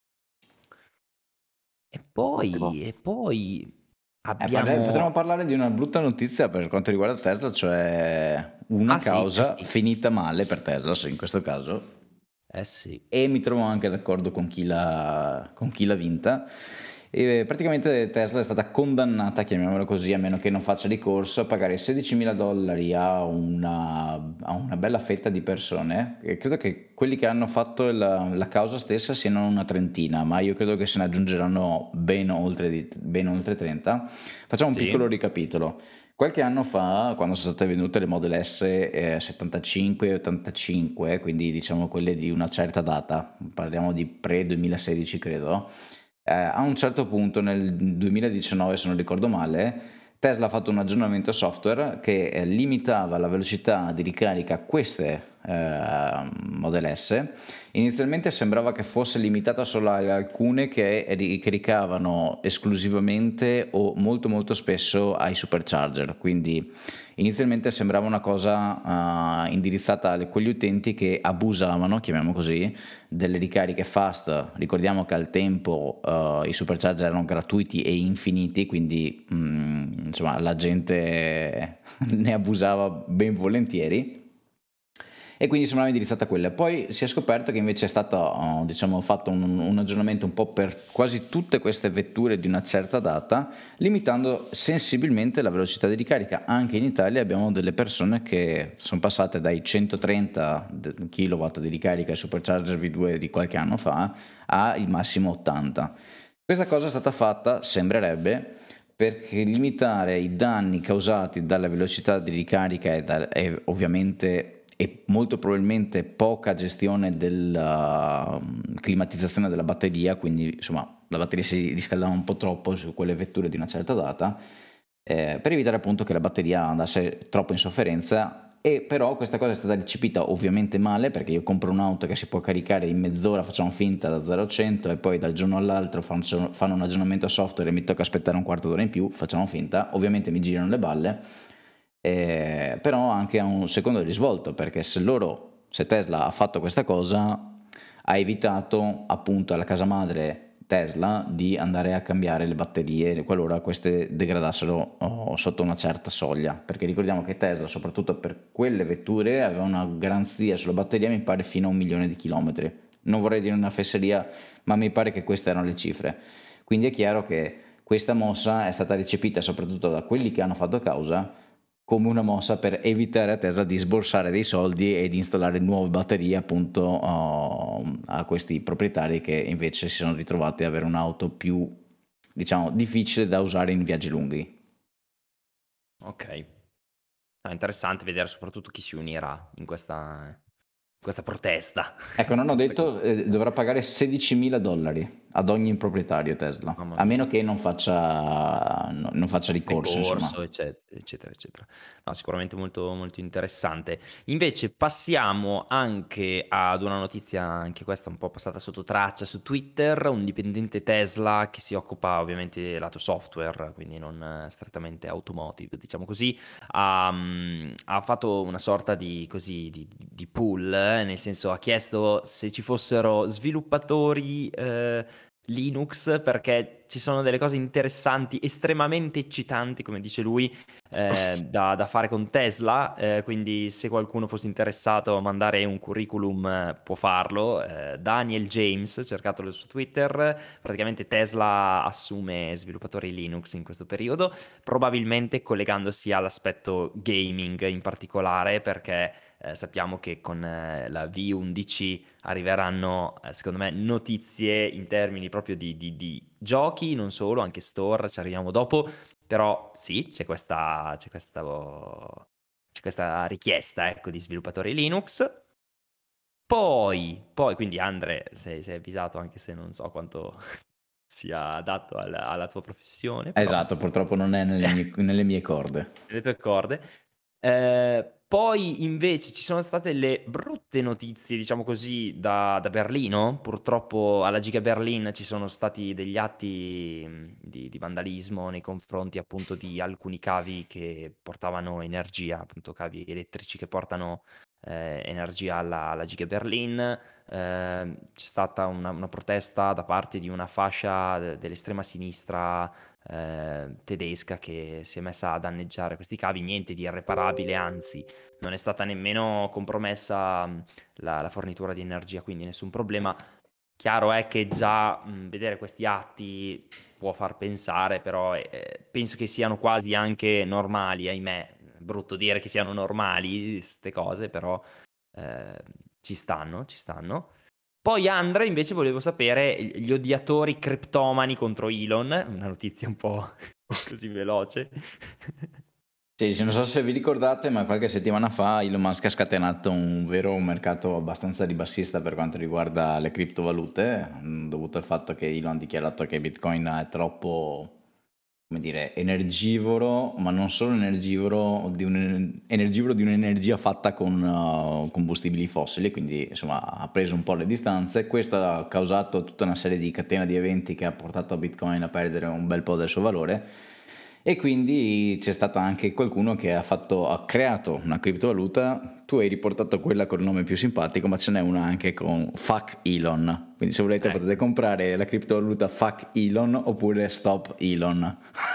E poi, e poi Eh, parle- potremmo abbiamo... parlare di una brutta notizia per quanto riguarda Tesla, cioè una Ah sì, eh causa sì, finita male per Tesla, sì, in questo caso, eh sì. e mi trovo anche d'accordo con chi l'ha, con chi l'ha vinta. E praticamente Tesla è stata condannata, chiamiamola così, a meno che non faccia ricorso, a pagare sedicimila dollari a una, a una bella fetta di persone. E credo che quelli che hanno fatto la, la causa stessa siano una trentina, ma io credo che se ne aggiungeranno ben oltre, di, ben oltre trenta. Facciamo un piccolo Sì, ricapitolo. Qualche anno fa, quando sono state vendute le Model S eh, settantacinque e ottantacinque, quindi diciamo quelle di una certa data, parliamo di pre-duemilasedici credo, eh, a un certo punto nel duemiladiciannove, se non ricordo male, Tesla ha fatto un aggiornamento software che eh, limitava la velocità di ricarica a queste eh, Model S. Inizialmente sembrava che fosse limitata solo a alcune che caricavano esclusivamente o molto molto spesso ai supercharger, quindi inizialmente sembrava una cosa uh, indirizzata a quegli utenti che abusavano, chiamiamo così, delle ricariche fast. Ricordiamo che al tempo uh, i supercharger erano gratuiti e infiniti, quindi mm, insomma la gente ne abusava ben volentieri, e quindi sembrava indirizzata a quella. Poi si è scoperto che invece è stato oh, diciamo fatto un, un aggiornamento un po' per quasi tutte queste vetture di una certa data, limitando sensibilmente la velocità di ricarica. Anche in Italia abbiamo delle persone che sono passate dai centotrenta chilowatt di ricarica Supercharger V due di qualche anno fa al massimo ottanta. Questa cosa è stata fatta, sembrerebbe, perché limitare i danni causati dalla velocità di ricarica e, da, e ovviamente e molto probabilmente poca gestione della uh, climatizzazione della batteria, quindi insomma la batteria si riscaldava un po' troppo su quelle vetture di una certa data, eh, per evitare appunto che la batteria andasse troppo in sofferenza. E però questa cosa è stata recepita ovviamente male, perché io compro un'auto che si può caricare in mezz'ora, facciamo finta, da zero a cento, e poi dal giorno all'altro fanno, fanno un aggiornamento software e mi tocca aspettare un quarto d'ora in più, facciamo finta, ovviamente mi girano le balle. Eh, però anche a un secondo risvolto, perché se loro, se Tesla ha fatto questa cosa, ha evitato appunto alla casa madre Tesla di andare a cambiare le batterie qualora queste degradassero oh, sotto una certa soglia, perché ricordiamo che Tesla, soprattutto per quelle vetture, aveva una garanzia sulla batteria mi pare fino a un milione di chilometri. Non vorrei dire una fesseria, ma mi pare che queste erano le cifre. Quindi è chiaro che questa mossa è stata recepita soprattutto da quelli che hanno fatto causa come una mossa per evitare a Tesla di sborsare dei soldi e di installare nuove batterie appunto uh, a questi proprietari che invece si sono ritrovati ad avere un'auto più, diciamo, difficile da usare in viaggi lunghi. Ok. Ah, interessante vedere soprattutto chi si unirà in questa, in questa protesta. Ecco, non ho detto, eh, dovrà pagare sedicimila dollari ad ogni proprietario Tesla, Mamma a mia. meno che non faccia, no, non faccia ricorso, Ricorso, insomma. eccetera, eccetera, eccetera. No, sicuramente molto, molto interessante. Invece passiamo anche ad una notizia, anche questa un po' passata sotto traccia su Twitter, un dipendente Tesla che si occupa ovviamente lato software, quindi non eh, strettamente automotive, diciamo così, ha, mm, ha fatto una sorta di, così, di, di pool, eh, nel senso ha chiesto se ci fossero sviluppatori eh, Linux, perché ci sono delle cose interessanti, estremamente eccitanti, come dice lui, eh, da, da fare con Tesla, eh, quindi se qualcuno fosse interessato a mandare un curriculum eh, può farlo. Eh, Daniel James, cercatelo su Twitter, praticamente Tesla assume sviluppatori Linux in questo periodo, probabilmente collegandosi all'aspetto gaming in particolare, perché eh, sappiamo che con eh, la V undici arriveranno, eh, secondo me, notizie in termini proprio di, di- di giochi, non solo, anche store, ci arriviamo dopo, però sì, c'è questa, c'è questa, c'è questa richiesta, ecco, di sviluppatori Linux. Poi, poi quindi Andre, sei, sei avvisato, anche se non so quanto sia adatto alla, alla tua professione, però Esatto, purtroppo non è nelle mie, nelle mie corde. le tue corde. Eh, poi invece ci sono state le brutte notizie, diciamo così, da, da Berlino. Purtroppo alla Giga Berlin ci sono stati degli atti mh, di, di vandalismo nei confronti appunto di alcuni cavi che portavano energia, appunto cavi elettrici che portano eh, energia alla, alla Giga Berlin. Eh, c'è stata una, una protesta da parte di una fascia de- dell'estrema sinistra eh, tedesca che si è messa a danneggiare questi cavi, niente di irreparabile, anzi non è stata nemmeno compromessa mh, la, la fornitura di energia, quindi nessun problema. Chiaro è che già mh, vedere questi atti può far pensare, però eh, penso che siano quasi anche normali, ahimè, brutto dire che siano normali queste cose, però eh, ci stanno, ci stanno. Poi Andrea, invece volevo sapere gli odiatori criptomani contro Elon, una notizia un po' così veloce. Sì, non so se vi ricordate, ma qualche settimana fa Elon Musk ha scatenato un vero mercato abbastanza ribassista per quanto riguarda le criptovalute, mh, dovuto al fatto che Elon ha dichiarato che Bitcoin è troppo, come dire, energivoro, ma non solo energivoro di, un, energivoro di un'energia fatta con uh, combustibili fossili, quindi insomma ha preso un po' le distanze. Questo ha causato tutta una serie di catena di eventi che ha portato a Bitcoin a perdere un bel po' del suo valore. E quindi c'è stato anche qualcuno che ha, fatto, ha creato una criptovaluta. Tu hai riportato quella con il nome più simpatico, ma ce n'è una anche con Fuck Elon. Quindi se volete Ecco. potete comprare la criptovaluta Fuck Elon oppure Stop Elon.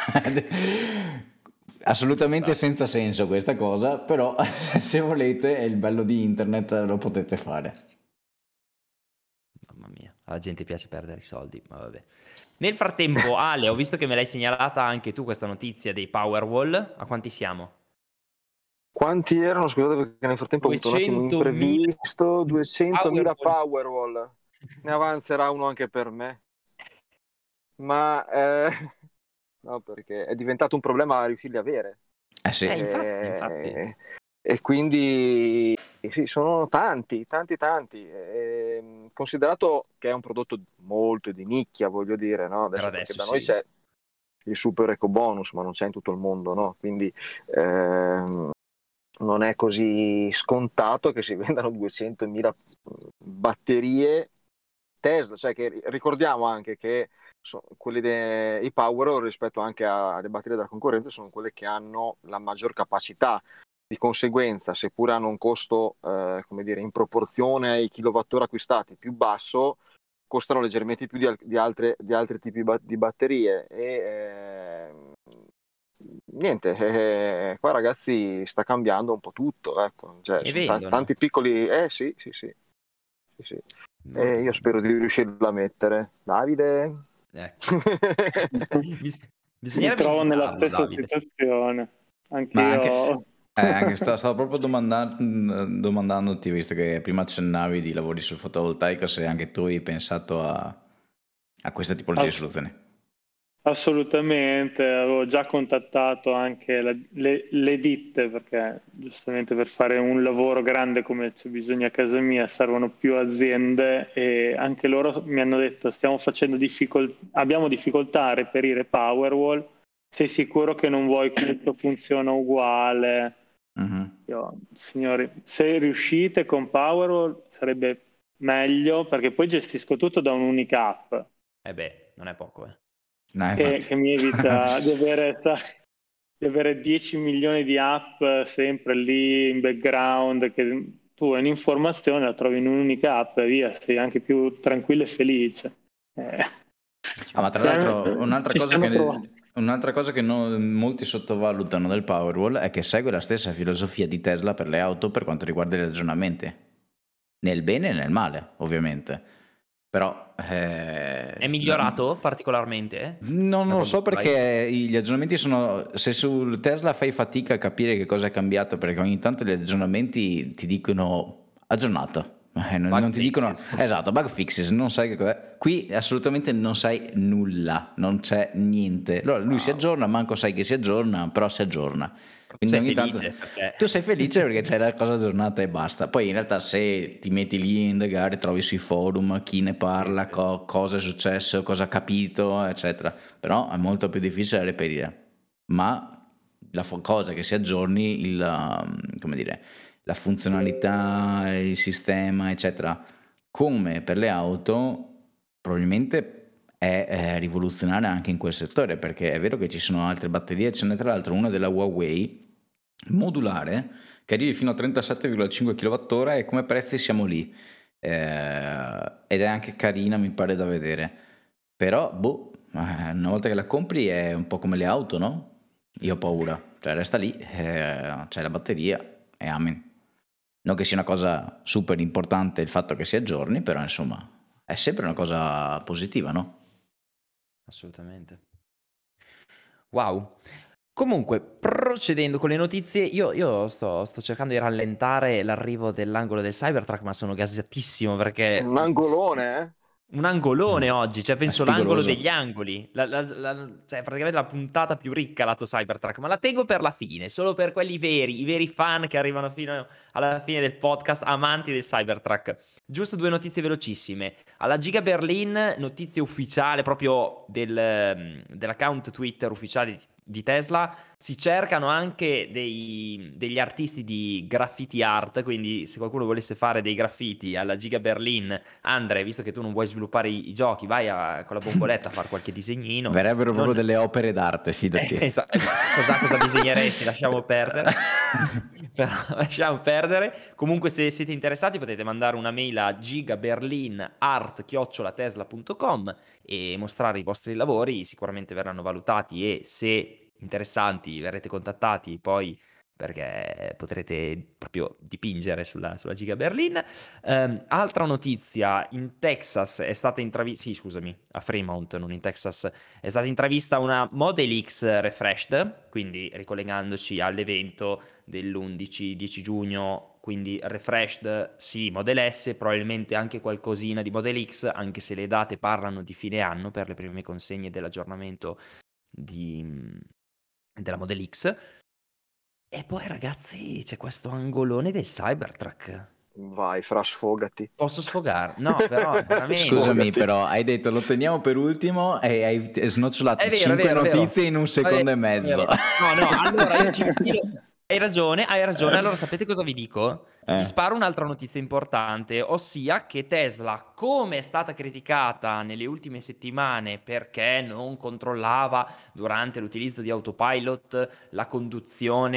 Assolutamente senza senso questa cosa, però se volete è il bello di internet, lo potete fare. Mamma mia, alla gente piace perdere i soldi, ma vabbè. Nel frattempo, Ale, ho visto che me l'hai segnalata anche tu questa notizia dei Powerwall. A quanti siamo? Quanti erano? Scusate perché nel frattempo ho avuto un attimo un duecentomila imprevisto. duecentomila Powerwall. Powerwall. Ne avanzerà uno anche per me. Ma eh, no, perché è diventato un problema riuscirli a avere. Eh sì. Eh, infatti, E, infatti. e quindi sì, sono tanti, tanti, tanti. E, considerato che è un prodotto molto di nicchia, voglio dire, no? Adesso, Per perché adesso da noi sì. c'è il super eco bonus, ma non c'è in tutto il mondo, no? Quindi ehm, non è così scontato che si vendano duecentomila batterie Tesla, cioè che ricordiamo anche che sono quelli dei Power rispetto anche alle batterie della concorrenza sono quelle che hanno la maggior capacità di conseguenza, seppur hanno un costo eh, come dire, in proporzione ai kilowattora acquistati più basso, costano leggermente più di, al- di altre, di altri tipi ba- di batterie. E eh, niente, eh, qua ragazzi sta cambiando un po' tutto, ecco. Cioè, E sono ta- vendono. tanti piccoli, eh sì, sì, sì, sì, sì. Molto E io bene. spero di riuscirla a mettere. Davide? Ecco. Bis- Mi Bisognerebbe trovo nella invitarlo, stessa Davide. situazione. Anche Ma anche, io. eh, anche sta- stavo proprio domandan- domandandoti, visto che prima accennavi di lavori sul fotovoltaico, se anche tu hai pensato a, a questa tipologia di Ass- soluzioni. Assolutamente, avevo già contattato anche la- le, le ditte perché giustamente per fare un lavoro grande come c'è bisogno a casa mia servono più aziende e anche loro mi hanno detto stiamo facendo difficol- abbiamo difficoltà a reperire Powerwall, sei sicuro che non vuoi che tutto funziona uguale? Mhm. Io, signori, se riuscite con Powerwall sarebbe meglio perché poi gestisco tutto da un'unica app. Eh beh, non è poco, eh. No, che, infatti. che mi evita di avere, sai, di avere dieci milioni di app sempre lì in background, che tu hai un'informazione, la trovi in un'unica app e via, sei anche più tranquillo e felice. Eh, Ah, ma tra l'altro eh, un'altra ci cosa stanno provando. che, un'altra cosa che non- molti sottovalutano del Powerwall è che segue la stessa filosofia di Tesla per le auto per quanto riguarda i ragionamenti. Nel bene e nel male, ovviamente. Però eh, È no- migliorato particolarmente non da lo quando so ci vai? perché gli aggiornamenti sono. Se sul Tesla fai fatica a capire che cosa è cambiato, perché ogni tanto gli aggiornamenti ti dicono aggiornato. Eh, non, Bug non ti dicono fixes. esatto, bug fixes, non sai che cos'è. Qui assolutamente non sai nulla, non c'è niente. Allora lui si Wow. aggiorna, manco sai che si aggiorna, però si aggiorna. Tu Quindi sei ogni tanto felice perché tu sei felice perché c'è la cosa aggiornata e basta. Poi in realtà se ti metti lì a indagare, trovi sui forum chi ne parla, Sì, sì. co- cosa è successo, cosa ha capito, eccetera. Però è molto più difficile da reperire. Ma la fo- cosa che si aggiorni, il, um, come dire, la funzionalità, il sistema, eccetera, come per le auto, probabilmente è, è rivoluzionaria anche in quel settore, perché è vero che ci sono altre batterie, ce n'è tra l'altro una della Huawei modulare che arrivi fino a trentasette virgola cinque chilowattora e come prezzi siamo lì. Eh, ed è anche carina, mi pare da vedere. Però, boh, eh, una volta che la compri è un po' come le auto, no? Io ho paura, cioè resta lì, eh, c'è la batteria e amen. Non che sia una cosa super importante il fatto che si aggiorni, però insomma è sempre una cosa positiva, no? Assolutamente. Wow. Comunque, procedendo con le notizie, io, io sto, sto cercando di rallentare l'arrivo dell'angolo del Cybertruck, ma sono gasatissimo perché Un angolone, eh? un angolone oggi, cioè È penso l'angolo spigoloso. degli angoli, la, la- la- cioè praticamente la puntata più ricca lato Cybertruck, ma la tengo per la fine, solo per quelli veri, i veri fan che arrivano fino alla fine del podcast, amanti del Cybertruck. Giusto due notizie velocissime. Alla Giga Berlin, notizia ufficiale proprio del, ehm, dell'account Twitter ufficiale di, di Tesla, si cercano anche dei- degli artisti di graffiti art, quindi se qualcuno volesse fare dei graffiti alla Giga Berlin, Andre, visto che tu non vuoi sviluppare i, i giochi, vai a- con la bomboletta a fare qualche disegnino. Verrebbero proprio Non... delle opere d'arte, fidati. Eh, esatto, so già cosa disegneresti, lasciamo perdere. Però lasciamo perdere. Comunque, se siete interessati, potete mandare una mail a gigaberlinart chiocciola tesla punto com e mostrare i vostri lavori. Sicuramente verranno valutati e se interessanti verrete contattati poi perché potrete proprio dipingere sulla, sulla Giga Berlin. Ehm, altra notizia, in Texas è stata intravista, sì scusami, a Fremont, non in Texas, è stata intravista una Model X refreshed, quindi ricollegandoci all'evento dell'undici dieci giugno, quindi refreshed sì Model S, probabilmente anche qualcosina di Model X, anche se le date parlano di fine anno per le prime consegne dell'aggiornamento di, della Model X. E poi ragazzi c'è questo angolone del Cybertruck. Vai, fra, sfogati. Posso sfogare? No, però veramente. Scusami, Sfogati. però hai detto lo teniamo per ultimo e hai t- snocciolato È vero, è cinque vero, è vero. notizie in un È secondo vero, e è mezzo. vero. No, no, allora io ci infilo. Hai ragione, hai ragione. Allora sapete cosa vi dico? Vi Eh. sparo un'altra notizia importante, ossia che Tesla, come è stata criticata nelle ultime settimane perché non controllava durante l'utilizzo di autopilot la conduzione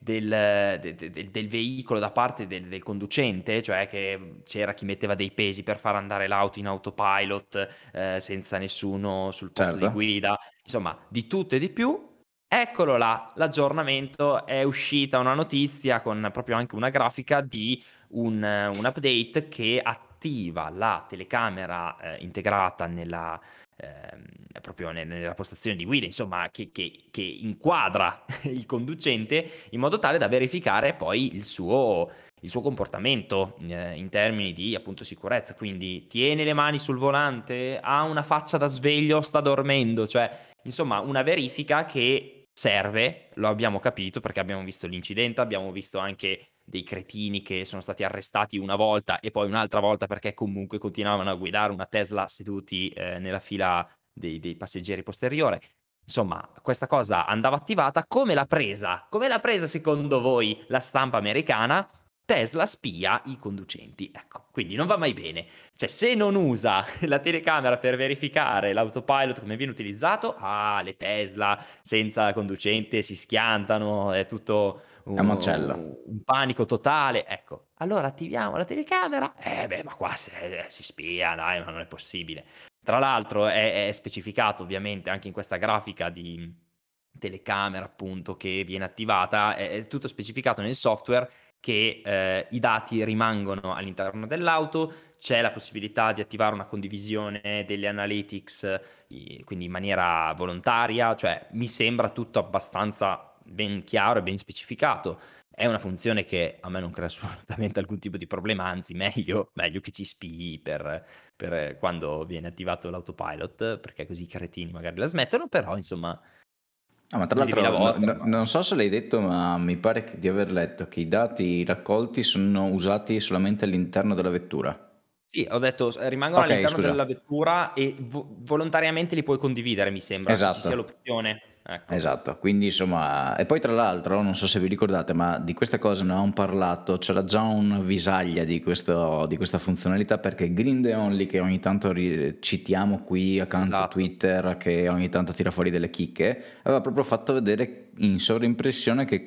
del, de- de- del- del veicolo da parte del, del conducente, cioè che c'era chi metteva dei pesi per far andare l'auto in autopilot eh, senza nessuno sul posto di Certo. guida, insomma, di tutto e di più. Eccolo là, l'aggiornamento, è uscita una notizia con proprio anche una grafica di un, un update che attiva la telecamera eh, integrata nella, ehm, proprio ne- nella postazione di guida, insomma, che, che- che inquadra il conducente in modo tale da verificare poi il suo, il suo comportamento eh, in termini di appunto sicurezza. Quindi tiene le mani sul volante, ha una faccia da sveglio, sta dormendo, cioè insomma una verifica che serve, lo abbiamo capito perché abbiamo visto l'incidente, abbiamo visto anche dei cretini che sono stati arrestati una volta e poi un'altra volta perché comunque continuavano a guidare una Tesla seduti eh, nella fila dei, dei passeggeri posteriore. Insomma, questa cosa andava attivata. Come l'ha presa? Come l'ha presa secondo voi la stampa americana? Tesla spia i conducenti. Ecco, quindi non va mai bene. Cioè, se non usa la telecamera per verificare l'autopilot come viene utilizzato, ah, le Tesla senza conducente si schiantano, è tutto È un un, macello. un panico totale. Ecco, allora attiviamo la telecamera. Eh beh, ma qua si, eh, si spia, dai, ma non è possibile. Tra l'altro è, è specificato ovviamente anche in questa grafica di telecamera appunto che viene attivata, è, è tutto specificato nel software che eh, i dati rimangono all'interno dell'auto, c'è la possibilità di attivare una condivisione delle analytics, i- quindi in maniera volontaria, cioè mi sembra tutto abbastanza ben chiaro e ben specificato. È una funzione che a me non crea assolutamente alcun tipo di problema, anzi meglio, meglio che ci spii per, per quando viene attivato l'autopilot, perché così i cretini magari la smettono, però insomma Ah, ma tra ditemi la l'altro, no- vostra. no- Ma... non so se l'hai detto, ma mi pare che- di aver letto che i dati raccolti sono usati solamente all'interno della vettura. Sì, ho detto s- rimangono Ok, all'interno scusa. della vettura e vo- volontariamente li puoi condividere, mi sembra che ci sia Esatto. l'opzione. Ecco. Esatto, quindi insomma, e poi tra l'altro, non so se vi ricordate, ma di queste cose ne avevamo parlato, c'era già un'avvisaglia di, questo, di questa funzionalità perché Green The Only, che ogni tanto ri- citiamo qui, account Esatto. Twitter, che ogni tanto tira fuori delle chicche, aveva proprio fatto vedere in sovraimpressione che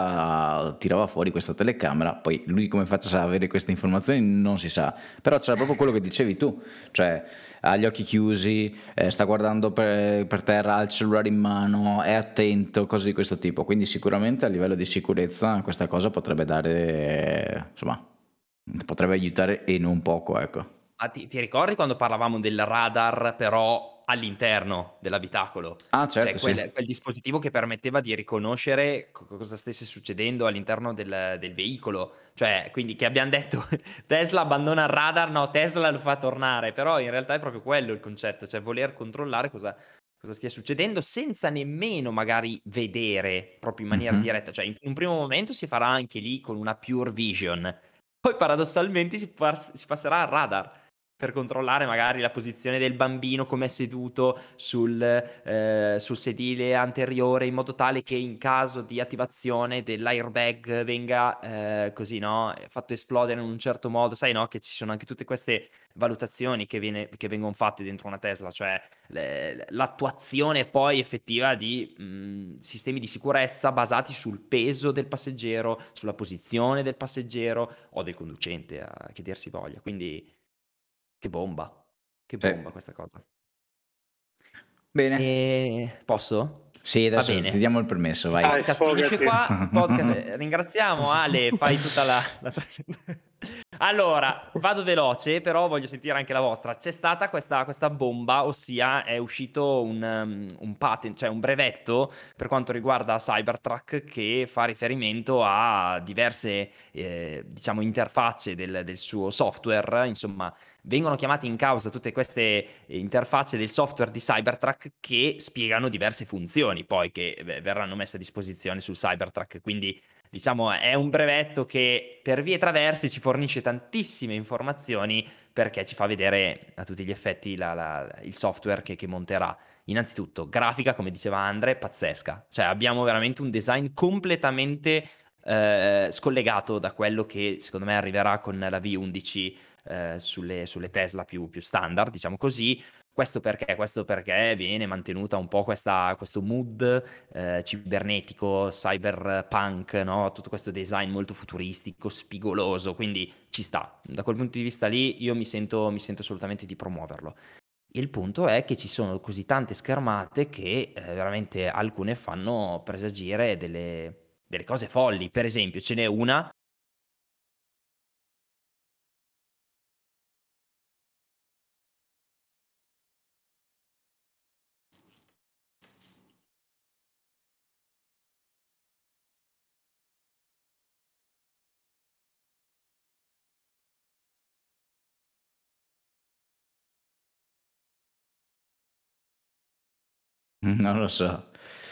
cosa tirava fuori questa telecamera. Poi lui come faccia a avere queste informazioni non si sa, però c'era proprio quello che dicevi tu, cioè ha gli occhi chiusi, eh, sta guardando per, per terra, ha il cellulare in mano, è attento, cose di questo tipo. Quindi sicuramente a livello di sicurezza questa cosa potrebbe dare, eh, insomma, potrebbe aiutare e non poco, ecco. Ma ti, ti ricordi quando parlavamo del radar però all'interno dell'abitacolo? Ah, Cioè certo, sì. quel, quel dispositivo che permetteva di riconoscere co- cosa stesse succedendo all'interno del, del veicolo. Cioè, quindi che abbiamo detto Tesla abbandona il radar, no, Tesla lo fa tornare, però in realtà è proprio quello il concetto, cioè voler controllare cosa, cosa stia succedendo senza nemmeno magari vedere proprio in maniera Mhm. diretta. Cioè in un primo momento si farà anche lì con una pure vision, poi paradossalmente si, pas- si passerà al radar per controllare magari la posizione del bambino come è seduto sul, eh, sul sedile anteriore in modo tale che in caso di attivazione dell'airbag venga eh, così, no? Fatto esplodere in un certo modo. Sai, no? Che ci sono anche tutte queste valutazioni che, viene- che vengono fatte dentro una Tesla, cioè le- l'attuazione poi effettiva di mh, sistemi di sicurezza basati sul peso del passeggero, sulla posizione del passeggero o del conducente, a che dir si voglia. Quindi che bomba, che Sì. bomba questa cosa. Bene. E posso? Sì, Va adesso ti bene. diamo il permesso, Il vai. Dai, podcast finisce sfogati. qua. Il podcast, eh, ringraziamo Ale, fai tutta la, la- Allora, vado veloce, però voglio sentire anche la vostra. C'è stata questa, questa bomba, ossia è uscito un, um, un patent, cioè un brevetto per quanto riguarda Cybertruck che fa riferimento a diverse, eh, diciamo, interfacce del, del suo software. Insomma, vengono chiamate in causa tutte queste interfacce del software di Cybertruck che spiegano diverse funzioni poi che beh, verranno messe a disposizione sul Cybertruck. Quindi diciamo è un brevetto che per vie traverse ci fornisce tantissime informazioni perché ci fa vedere a tutti gli effetti la- la- il software che, che monterà. Innanzitutto, grafica, come diceva Andre, pazzesca. Cioè abbiamo veramente un design completamente eh, scollegato da quello che secondo me arriverà con la V undici eh, sulle, sulle Tesla più, più standard, diciamo così. Questo perché? Questo perché viene mantenuta un po' questa, questo mood eh, cibernetico, cyberpunk, no? Tutto questo design molto futuristico, spigoloso, quindi ci sta. Da quel punto di vista lì io mi sento, mi sento assolutamente di promuoverlo. Il punto è che ci sono così tante schermate che eh, veramente alcune fanno presagire delle, delle cose folli. Per esempio, ce n'è una. Non lo so.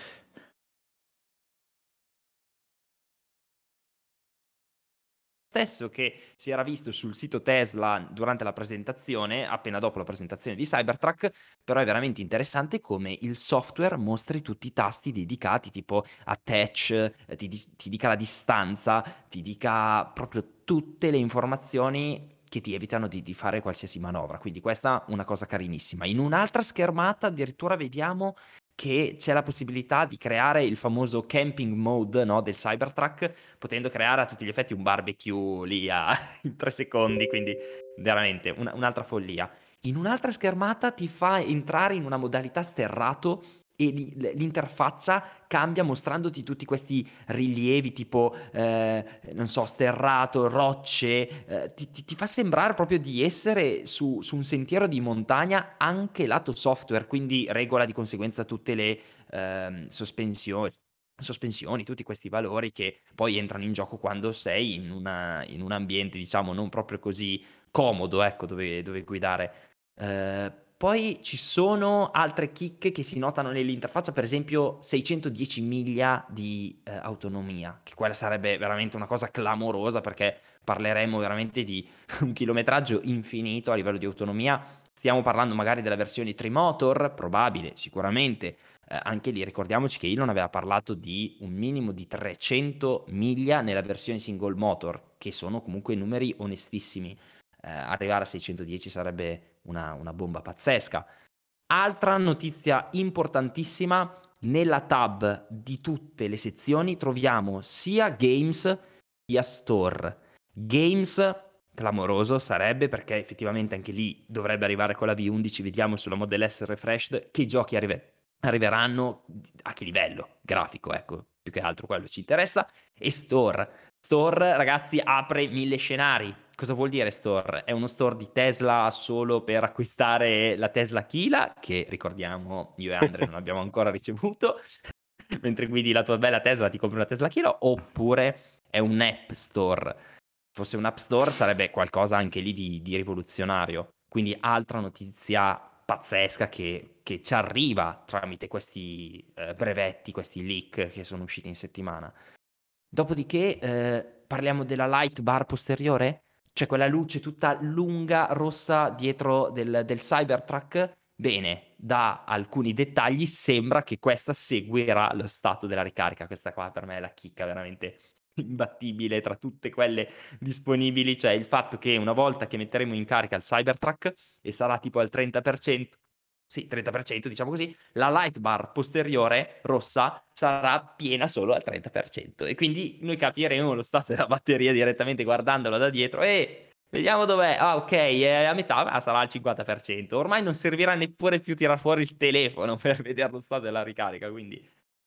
Stesso che si era visto sul sito Tesla durante la presentazione, appena dopo la presentazione di Cybertruck, però è veramente interessante come il software mostri tutti i tasti dedicati, tipo attach, eh, ti, di- ti dica la distanza, ti dica proprio tutte le informazioni che ti evitano di, di fare qualsiasi manovra. Quindi questa è una cosa carinissima. In un'altra schermata addirittura vediamo che c'è la possibilità di creare il famoso camping mode, no, del Cybertruck, potendo creare a tutti gli effetti un barbecue lì a, in tre secondi, quindi veramente una- un'altra follia. In un'altra schermata ti fa entrare in una modalità sterrato e li- l'interfaccia cambia mostrandoti tutti questi rilievi tipo, eh, non so, sterrato, rocce, eh, ti, ti- ti fa sembrare proprio di essere su, su un sentiero di montagna anche lato software, quindi regola di conseguenza tutte le ehm, sospensioni sospensioni, tutti questi valori che poi entrano in gioco quando sei in, una- in un ambiente, diciamo, non proprio così comodo, ecco, dove, dove guidare. Eh, poi ci sono altre chicche che si notano nell'interfaccia, per esempio seicentodieci miglia di eh, autonomia, che quella sarebbe veramente una cosa clamorosa perché parleremo veramente di un chilometraggio infinito a livello di autonomia. Stiamo parlando magari della versione Trimotor, probabile, sicuramente. Eh, anche lì ricordiamoci che Elon aveva parlato di un minimo di trecento miglia nella versione single motor, che sono comunque numeri onestissimi. Eh, arrivare a seicentodieci sarebbe una, una bomba pazzesca. Altra notizia importantissima, nella tab di tutte le sezioni troviamo sia Games sia Store. Games, clamoroso sarebbe perché effettivamente anche lì dovrebbe arrivare con la V undici, vediamo sulla Model S refreshed che giochi arrive- arriveranno, a che livello grafico, ecco, più che altro quello ci interessa. E Store. Store, ragazzi, apre mille scenari. Cosa vuol dire store? È uno store di Tesla solo per acquistare la Tesla Kila, che ricordiamo io e Andre non abbiamo ancora ricevuto, mentre guidi la tua bella Tesla ti compri una Tesla Kila, oppure è un app store. Fosse un app store sarebbe qualcosa anche lì di, di rivoluzionario. Quindi altra notizia pazzesca che, che ci arriva tramite questi eh, brevetti, questi leak che sono usciti in settimana. Dopodiché eh, parliamo della light bar posteriore, cioè quella luce tutta lunga, rossa dietro del, del Cybertruck. Bene, da alcuni dettagli sembra che questa seguirà lo stato della ricarica. Questa qua per me è la chicca veramente imbattibile tra tutte quelle disponibili, cioè il fatto che una volta che metteremo in carica il Cybertruck e sarà tipo al trenta per cento, sì, trenta per cento diciamo così, la light bar posteriore rossa sarà piena solo al trenta per cento e quindi noi capiremo lo stato della batteria direttamente guardandolo da dietro e vediamo dov'è. Ah, ok, è a metà, ma sarà al cinquanta per cento. Ormai non servirà neppure più tirar fuori il telefono per vedere lo stato della ricarica, quindi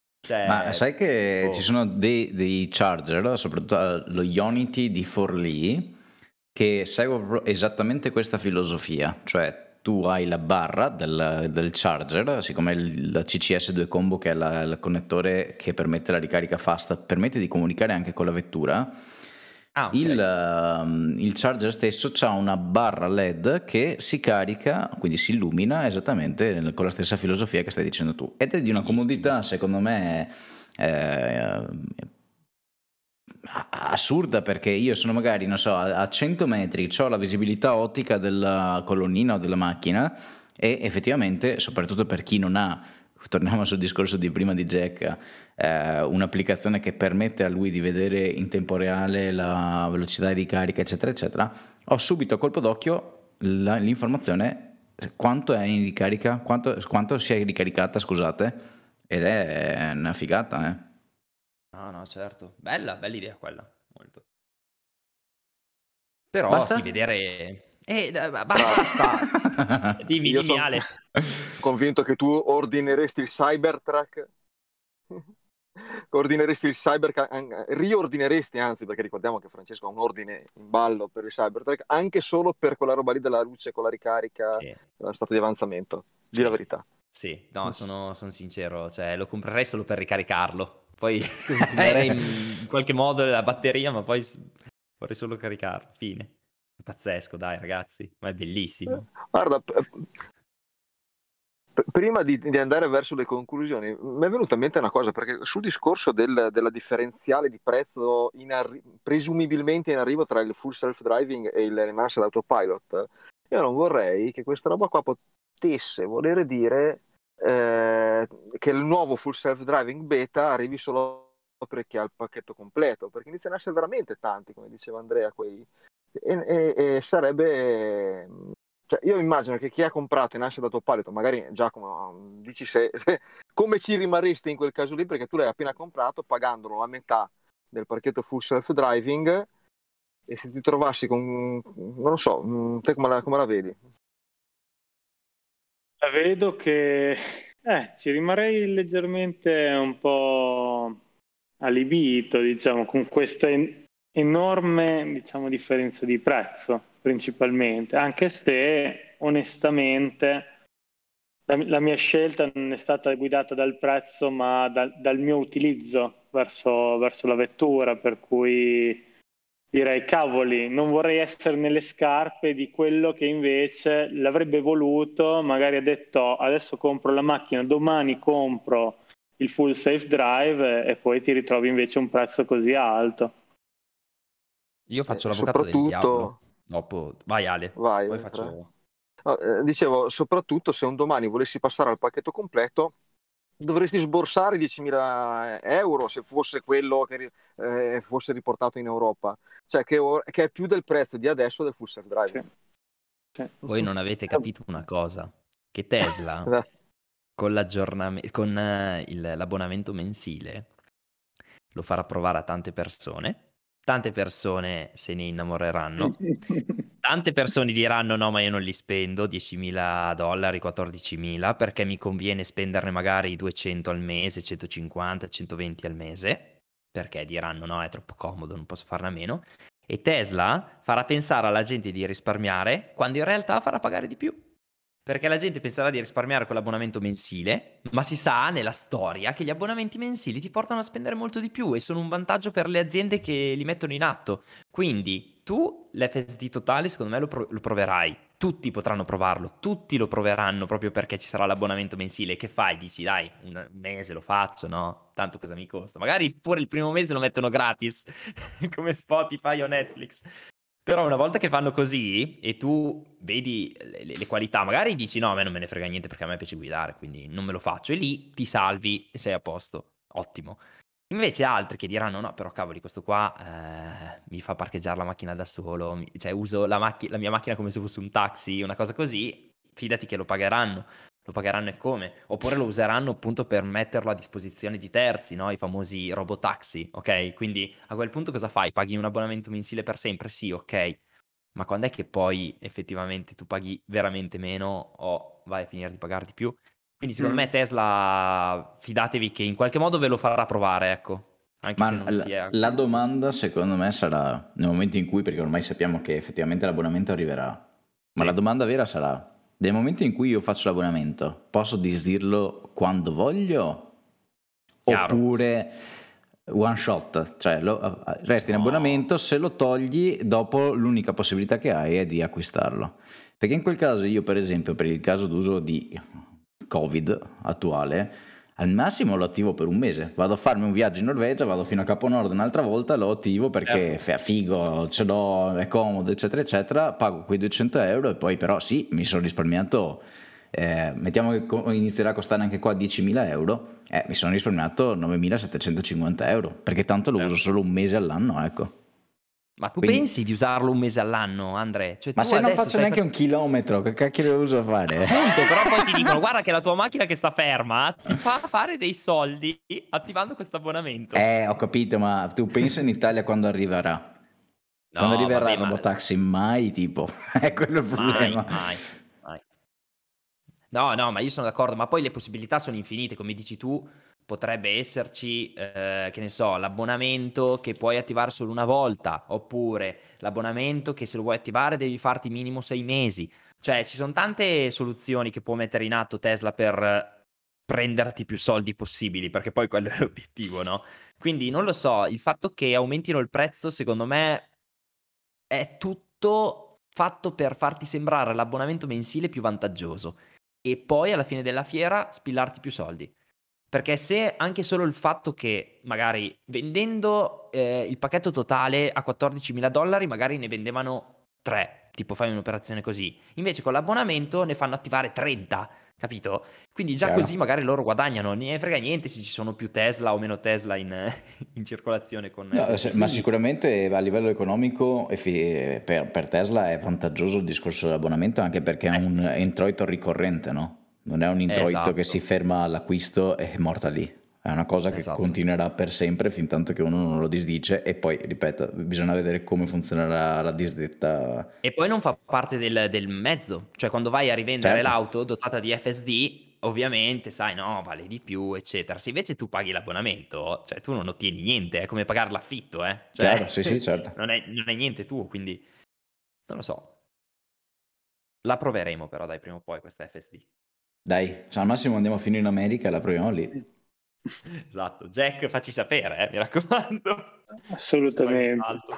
Ma cioè sai che ci boh. sono dei, dei charger, soprattutto lo Ionity di Forlì, che seguono proprio esattamente questa filosofia, cioè tu hai la barra del, del charger, siccome il, la C C S due Combo, che è la- il connettore che permette la ricarica fast, permette di comunicare anche con la vettura. Ah, ok. Il, ehm, il charger stesso ha una barra L E D che si carica, quindi si illumina esattamente nel- con la stessa filosofia che stai dicendo tu. Ed è di una Fighissimo. comodità, secondo me, eh, assurda, perché io sono magari, non so, a a cento metri, ho la visibilità ottica della colonnina o della macchina e effettivamente, soprattutto per chi non ha, torniamo sul discorso di prima di Jack, eh, un'applicazione che permette a lui di vedere in tempo reale la velocità di ricarica, eccetera, eccetera, ho subito a colpo d'occhio la- l'informazione quanto è in ricarica, quanto, quanto si è ricaricata, scusate, ed è una figata, eh. No, no, certo. Bella, bella idea quella. Molto. Però Basta? sì, vedere... Eh, da- ba- Bravo. basta! Dimmi, Io dimmi sono Ale. convinto che tu ordineresti il Cybertruck. Ordineresti il Cybertruck, riordineresti anzi, perché ricordiamo che Francesco ha un ordine in ballo per il Cybertruck, anche solo per quella roba lì della luce con la ricarica, Sì, dello stato di avanzamento. Di la sì, verità. sì. No, sono, sono sincero, cioè lo comprerei solo per ricaricarlo. Poi consumerei in, in qualche modo la batteria, ma poi s- vorrei solo caricarlo. Fine. È pazzesco, dai ragazzi, ma è bellissimo. Guarda, p- p- prima di, di andare verso le conclusioni, mi è venuta in mente una cosa, perché sul discorso del- della differenziale di prezzo in arri- presumibilmente in arrivo tra il full self-driving e il Master Autopilot, io non vorrei che questa roba qua potesse volere dire eh, che il nuovo full self-driving beta arrivi solo per chi ha il pacchetto completo, perché iniziano ad essere veramente tanti, come diceva Andrea, quei... e, e- e sarebbe... Cioè, io immagino che chi ha comprato in Asset Autopilot, magari Giacomo, dici se, come ci rimarresti in quel caso lì, perché tu l'hai appena comprato pagandolo la metà del pacchetto full self-driving, e se ti trovassi con, non lo so, te come la, come la vedi? La vedo che eh, ci rimarrei leggermente un po' allibito, diciamo, con questa en- enorme, diciamo, differenza di prezzo, principalmente, anche se onestamente la, la mia scelta non è stata guidata dal prezzo, ma dal, dal mio utilizzo verso, verso la vettura, per cui direi, cavoli, non vorrei essere nelle scarpe di quello che invece l'avrebbe voluto, magari ha detto adesso compro la macchina, domani compro il full safe drive e poi ti ritrovi invece un prezzo così alto. Io faccio E l'avvocato del diavolo. soprattutto, Dopo, vai Ale, vai, poi vai, Fra. faccio... No, eh, dicevo, soprattutto se un domani volessi passare al pacchetto completo, dovresti sborsare diecimila euro se fosse quello che eh, fosse riportato in Europa, cioè che, or- che è più del prezzo di adesso del full self Sì, driving. sì. Voi non avete capito una cosa, che Tesla Eh, con l'aggiornamento, con eh, il- l'abbonamento mensile lo farà provare a tante persone, tante persone se ne innamoreranno, tante persone diranno no ma io non li spendo diecimila dollari, quattordicimila perché mi conviene spenderne magari duecento al mese, centocinquanta, centoventi al mese, perché diranno no è troppo comodo, non posso farne a meno, e Tesla farà pensare alla gente di risparmiare quando in realtà farà pagare di più. Perché la gente penserà di risparmiare con l'abbonamento mensile, ma si sa nella storia che gli abbonamenti mensili ti portano a spendere molto di più e sono un vantaggio per le aziende che li mettono in atto. Quindi tu l'F S D totale secondo me lo, pro- lo proverai, tutti potranno provarlo, tutti lo proveranno proprio perché ci sarà l'abbonamento mensile. Che fai? Dici dai, un mese lo faccio, no? Tanto cosa mi costa? Magari pure il primo mese lo mettono gratis, come Spotify o Netflix. Però una volta che fanno così e tu vedi le, le qualità, magari dici no, a me non me ne frega niente perché a me piace guidare, quindi non me lo faccio e lì ti salvi e sei a posto. Ottimo. Invece altri che diranno no, però cavoli, questo qua eh, mi fa parcheggiare la macchina da solo, mi- cioè uso la, macchi- la mia macchina come se fosse un taxi, una cosa così, fidati che lo pagheranno. Lo pagheranno e come? Oppure lo useranno appunto per metterlo a disposizione di terzi, no? I famosi robotaxi, ok? Quindi a quel punto cosa fai? Paghi un abbonamento mensile per sempre? Sì, ok. Ma quando è che poi effettivamente tu paghi veramente meno o vai a finire di pagare di più? Quindi secondo mm. me Tesla, fidatevi che in qualche modo ve lo farà provare, ecco. Anche se Ma non la, si è la ancora... domanda secondo me sarà, nel momento in cui, perché ormai sappiamo che effettivamente l'abbonamento arriverà, ma la Sì, domanda vera sarà, nel momento in cui io faccio l'abbonamento, posso disdirlo quando voglio? chiaro. Oppure one shot, cioè lo- resti in No. abbonamento, se lo togli dopo l'unica possibilità che hai è di acquistarlo. Perché in quel caso io per esempio per il caso d'uso di Covid attuale al massimo lo attivo per un mese, vado a farmi un viaggio in Norvegia, vado fino a Capo Nord un'altra volta, lo attivo perché Certo. è figo, ce l'ho, è comodo eccetera eccetera, pago quei duecento euro e poi però sì, mi sono risparmiato, eh, mettiamo che co- inizierà a costare anche qua diecimila euro, eh, mi sono risparmiato novemilasettecentocinquanta euro, perché tanto lo uso Certo. solo un mese all'anno, ecco. Ma tu Quindi- pensi di usarlo un mese all'anno, Andre? Cioè, Ma tu se non adesso faccio stai neanche fac- un chilometro, che cacchio lo uso a fare? Appunto, però poi ti dicono, guarda che la tua macchina che sta ferma ti fa fare dei soldi attivando questo abbonamento. Eh, ho capito, ma tu pensa in Italia quando arriverà? Quando No, arriverà vabbè, il ma robotaxi? Mai, tipo. È quello il mai, problema. mai, mai. No, no, ma io sono d'accordo, ma poi le possibilità sono infinite, come dici tu, potrebbe esserci, eh, che ne so, l'abbonamento che puoi attivare solo una volta, oppure l'abbonamento che se lo vuoi attivare devi farti minimo sei mesi. Cioè, ci sono tante soluzioni che può mettere in atto Tesla per eh, prenderti più soldi possibili, perché poi quello è l'obiettivo, no? Quindi non lo so, il fatto che aumentino il prezzo, secondo me, è tutto fatto per farti sembrare l'abbonamento mensile più vantaggioso e poi alla fine della fiera spillarti più soldi. Perché se anche solo il fatto che magari vendendo eh, il pacchetto totale a quattordicimila dollari magari ne vendevano tre, tipo fai un'operazione così, invece con l'abbonamento ne fanno attivare trenta, capito? Quindi già Chiaro. così magari loro guadagnano, non ne frega niente se ci sono più Tesla o meno Tesla in, in circolazione con No, F S D. se- ma Quindi- sicuramente a livello economico e fi- per, per Tesla è vantaggioso il discorso dell'abbonamento anche perché è Eh sì. un introito ricorrente, no? Non è un introito Esatto. che si ferma all'acquisto e è morta lì. È una cosa che Esatto. continuerà per sempre fin tanto che uno non lo disdice e poi, ripeto, bisogna vedere come funzionerà la disdetta. E poi non fa parte del, del mezzo, cioè quando vai a rivendere Certo. l'auto dotata di F S D, ovviamente sai no, vale di più, eccetera. Se invece tu paghi l'abbonamento, cioè tu non ottieni niente, è come pagare l'affitto, eh. Cioè, Chiaro, sì, sì, certo. non è, non è niente tuo, quindi non lo so. La proveremo però dai, prima o poi questa F S D. Dai, se al massimo andiamo fino in America e la proviamo lì. Esatto, Jack, facci sapere, eh, mi raccomando. Assolutamente.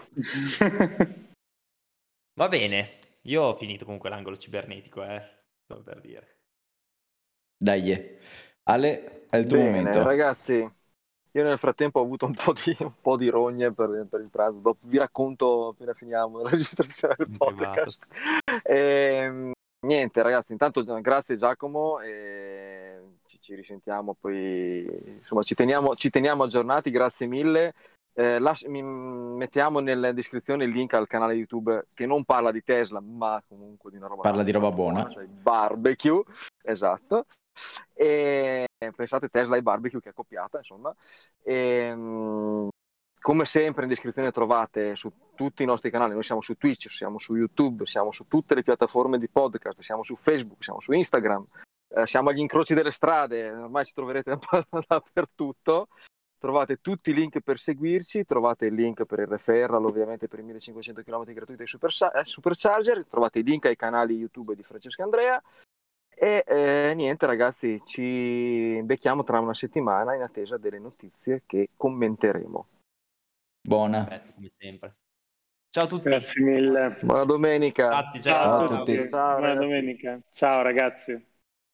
Va bene, io ho finito comunque l'angolo cibernetico, eh, solo per dire. Dai, Ale, è il tuo Bene, momento. ragazzi, io nel frattempo ho avuto un po' di, un po' di rogne per, per il pranzo. Dopo vi racconto appena finiamo la registrazione del In privato. podcast. Ehm, niente, ragazzi, intanto grazie Giacomo. E ci, ci risentiamo poi. Insomma, ci teniamo, ci teniamo aggiornati. Grazie mille. Eh, las- mi- mettiamo nella descrizione il link al canale YouTube che non parla di Tesla, ma comunque di una roba. Parla di roba buona. Cioè barbecue, esatto. E pensate Tesla e barbecue che accoppiata, insomma. E, mh, come sempre in descrizione trovate su tutti i nostri canali, noi siamo su Twitch, siamo su YouTube, siamo su tutte le piattaforme di podcast, siamo su Facebook, siamo su Instagram, eh, siamo agli incroci delle strade, ormai ci troverete un po' dappertutto. Trovate tutti i link per seguirci, trovate il link per il referral, ovviamente per i millecinquecento chilometri gratuiti ai super, eh, Supercharger, trovate i link ai canali YouTube di Francesco e Andrea. E eh, niente ragazzi, ci becchiamo tra una settimana in attesa delle notizie che commenteremo. Buona. Perfetto, come sempre. Ciao a tutti. Grazie mille. Buona domenica. Grazie, Ciao, Ciao a a tutti. tutti. Ciao, Buona ragazzi. domenica. Ciao ragazzi.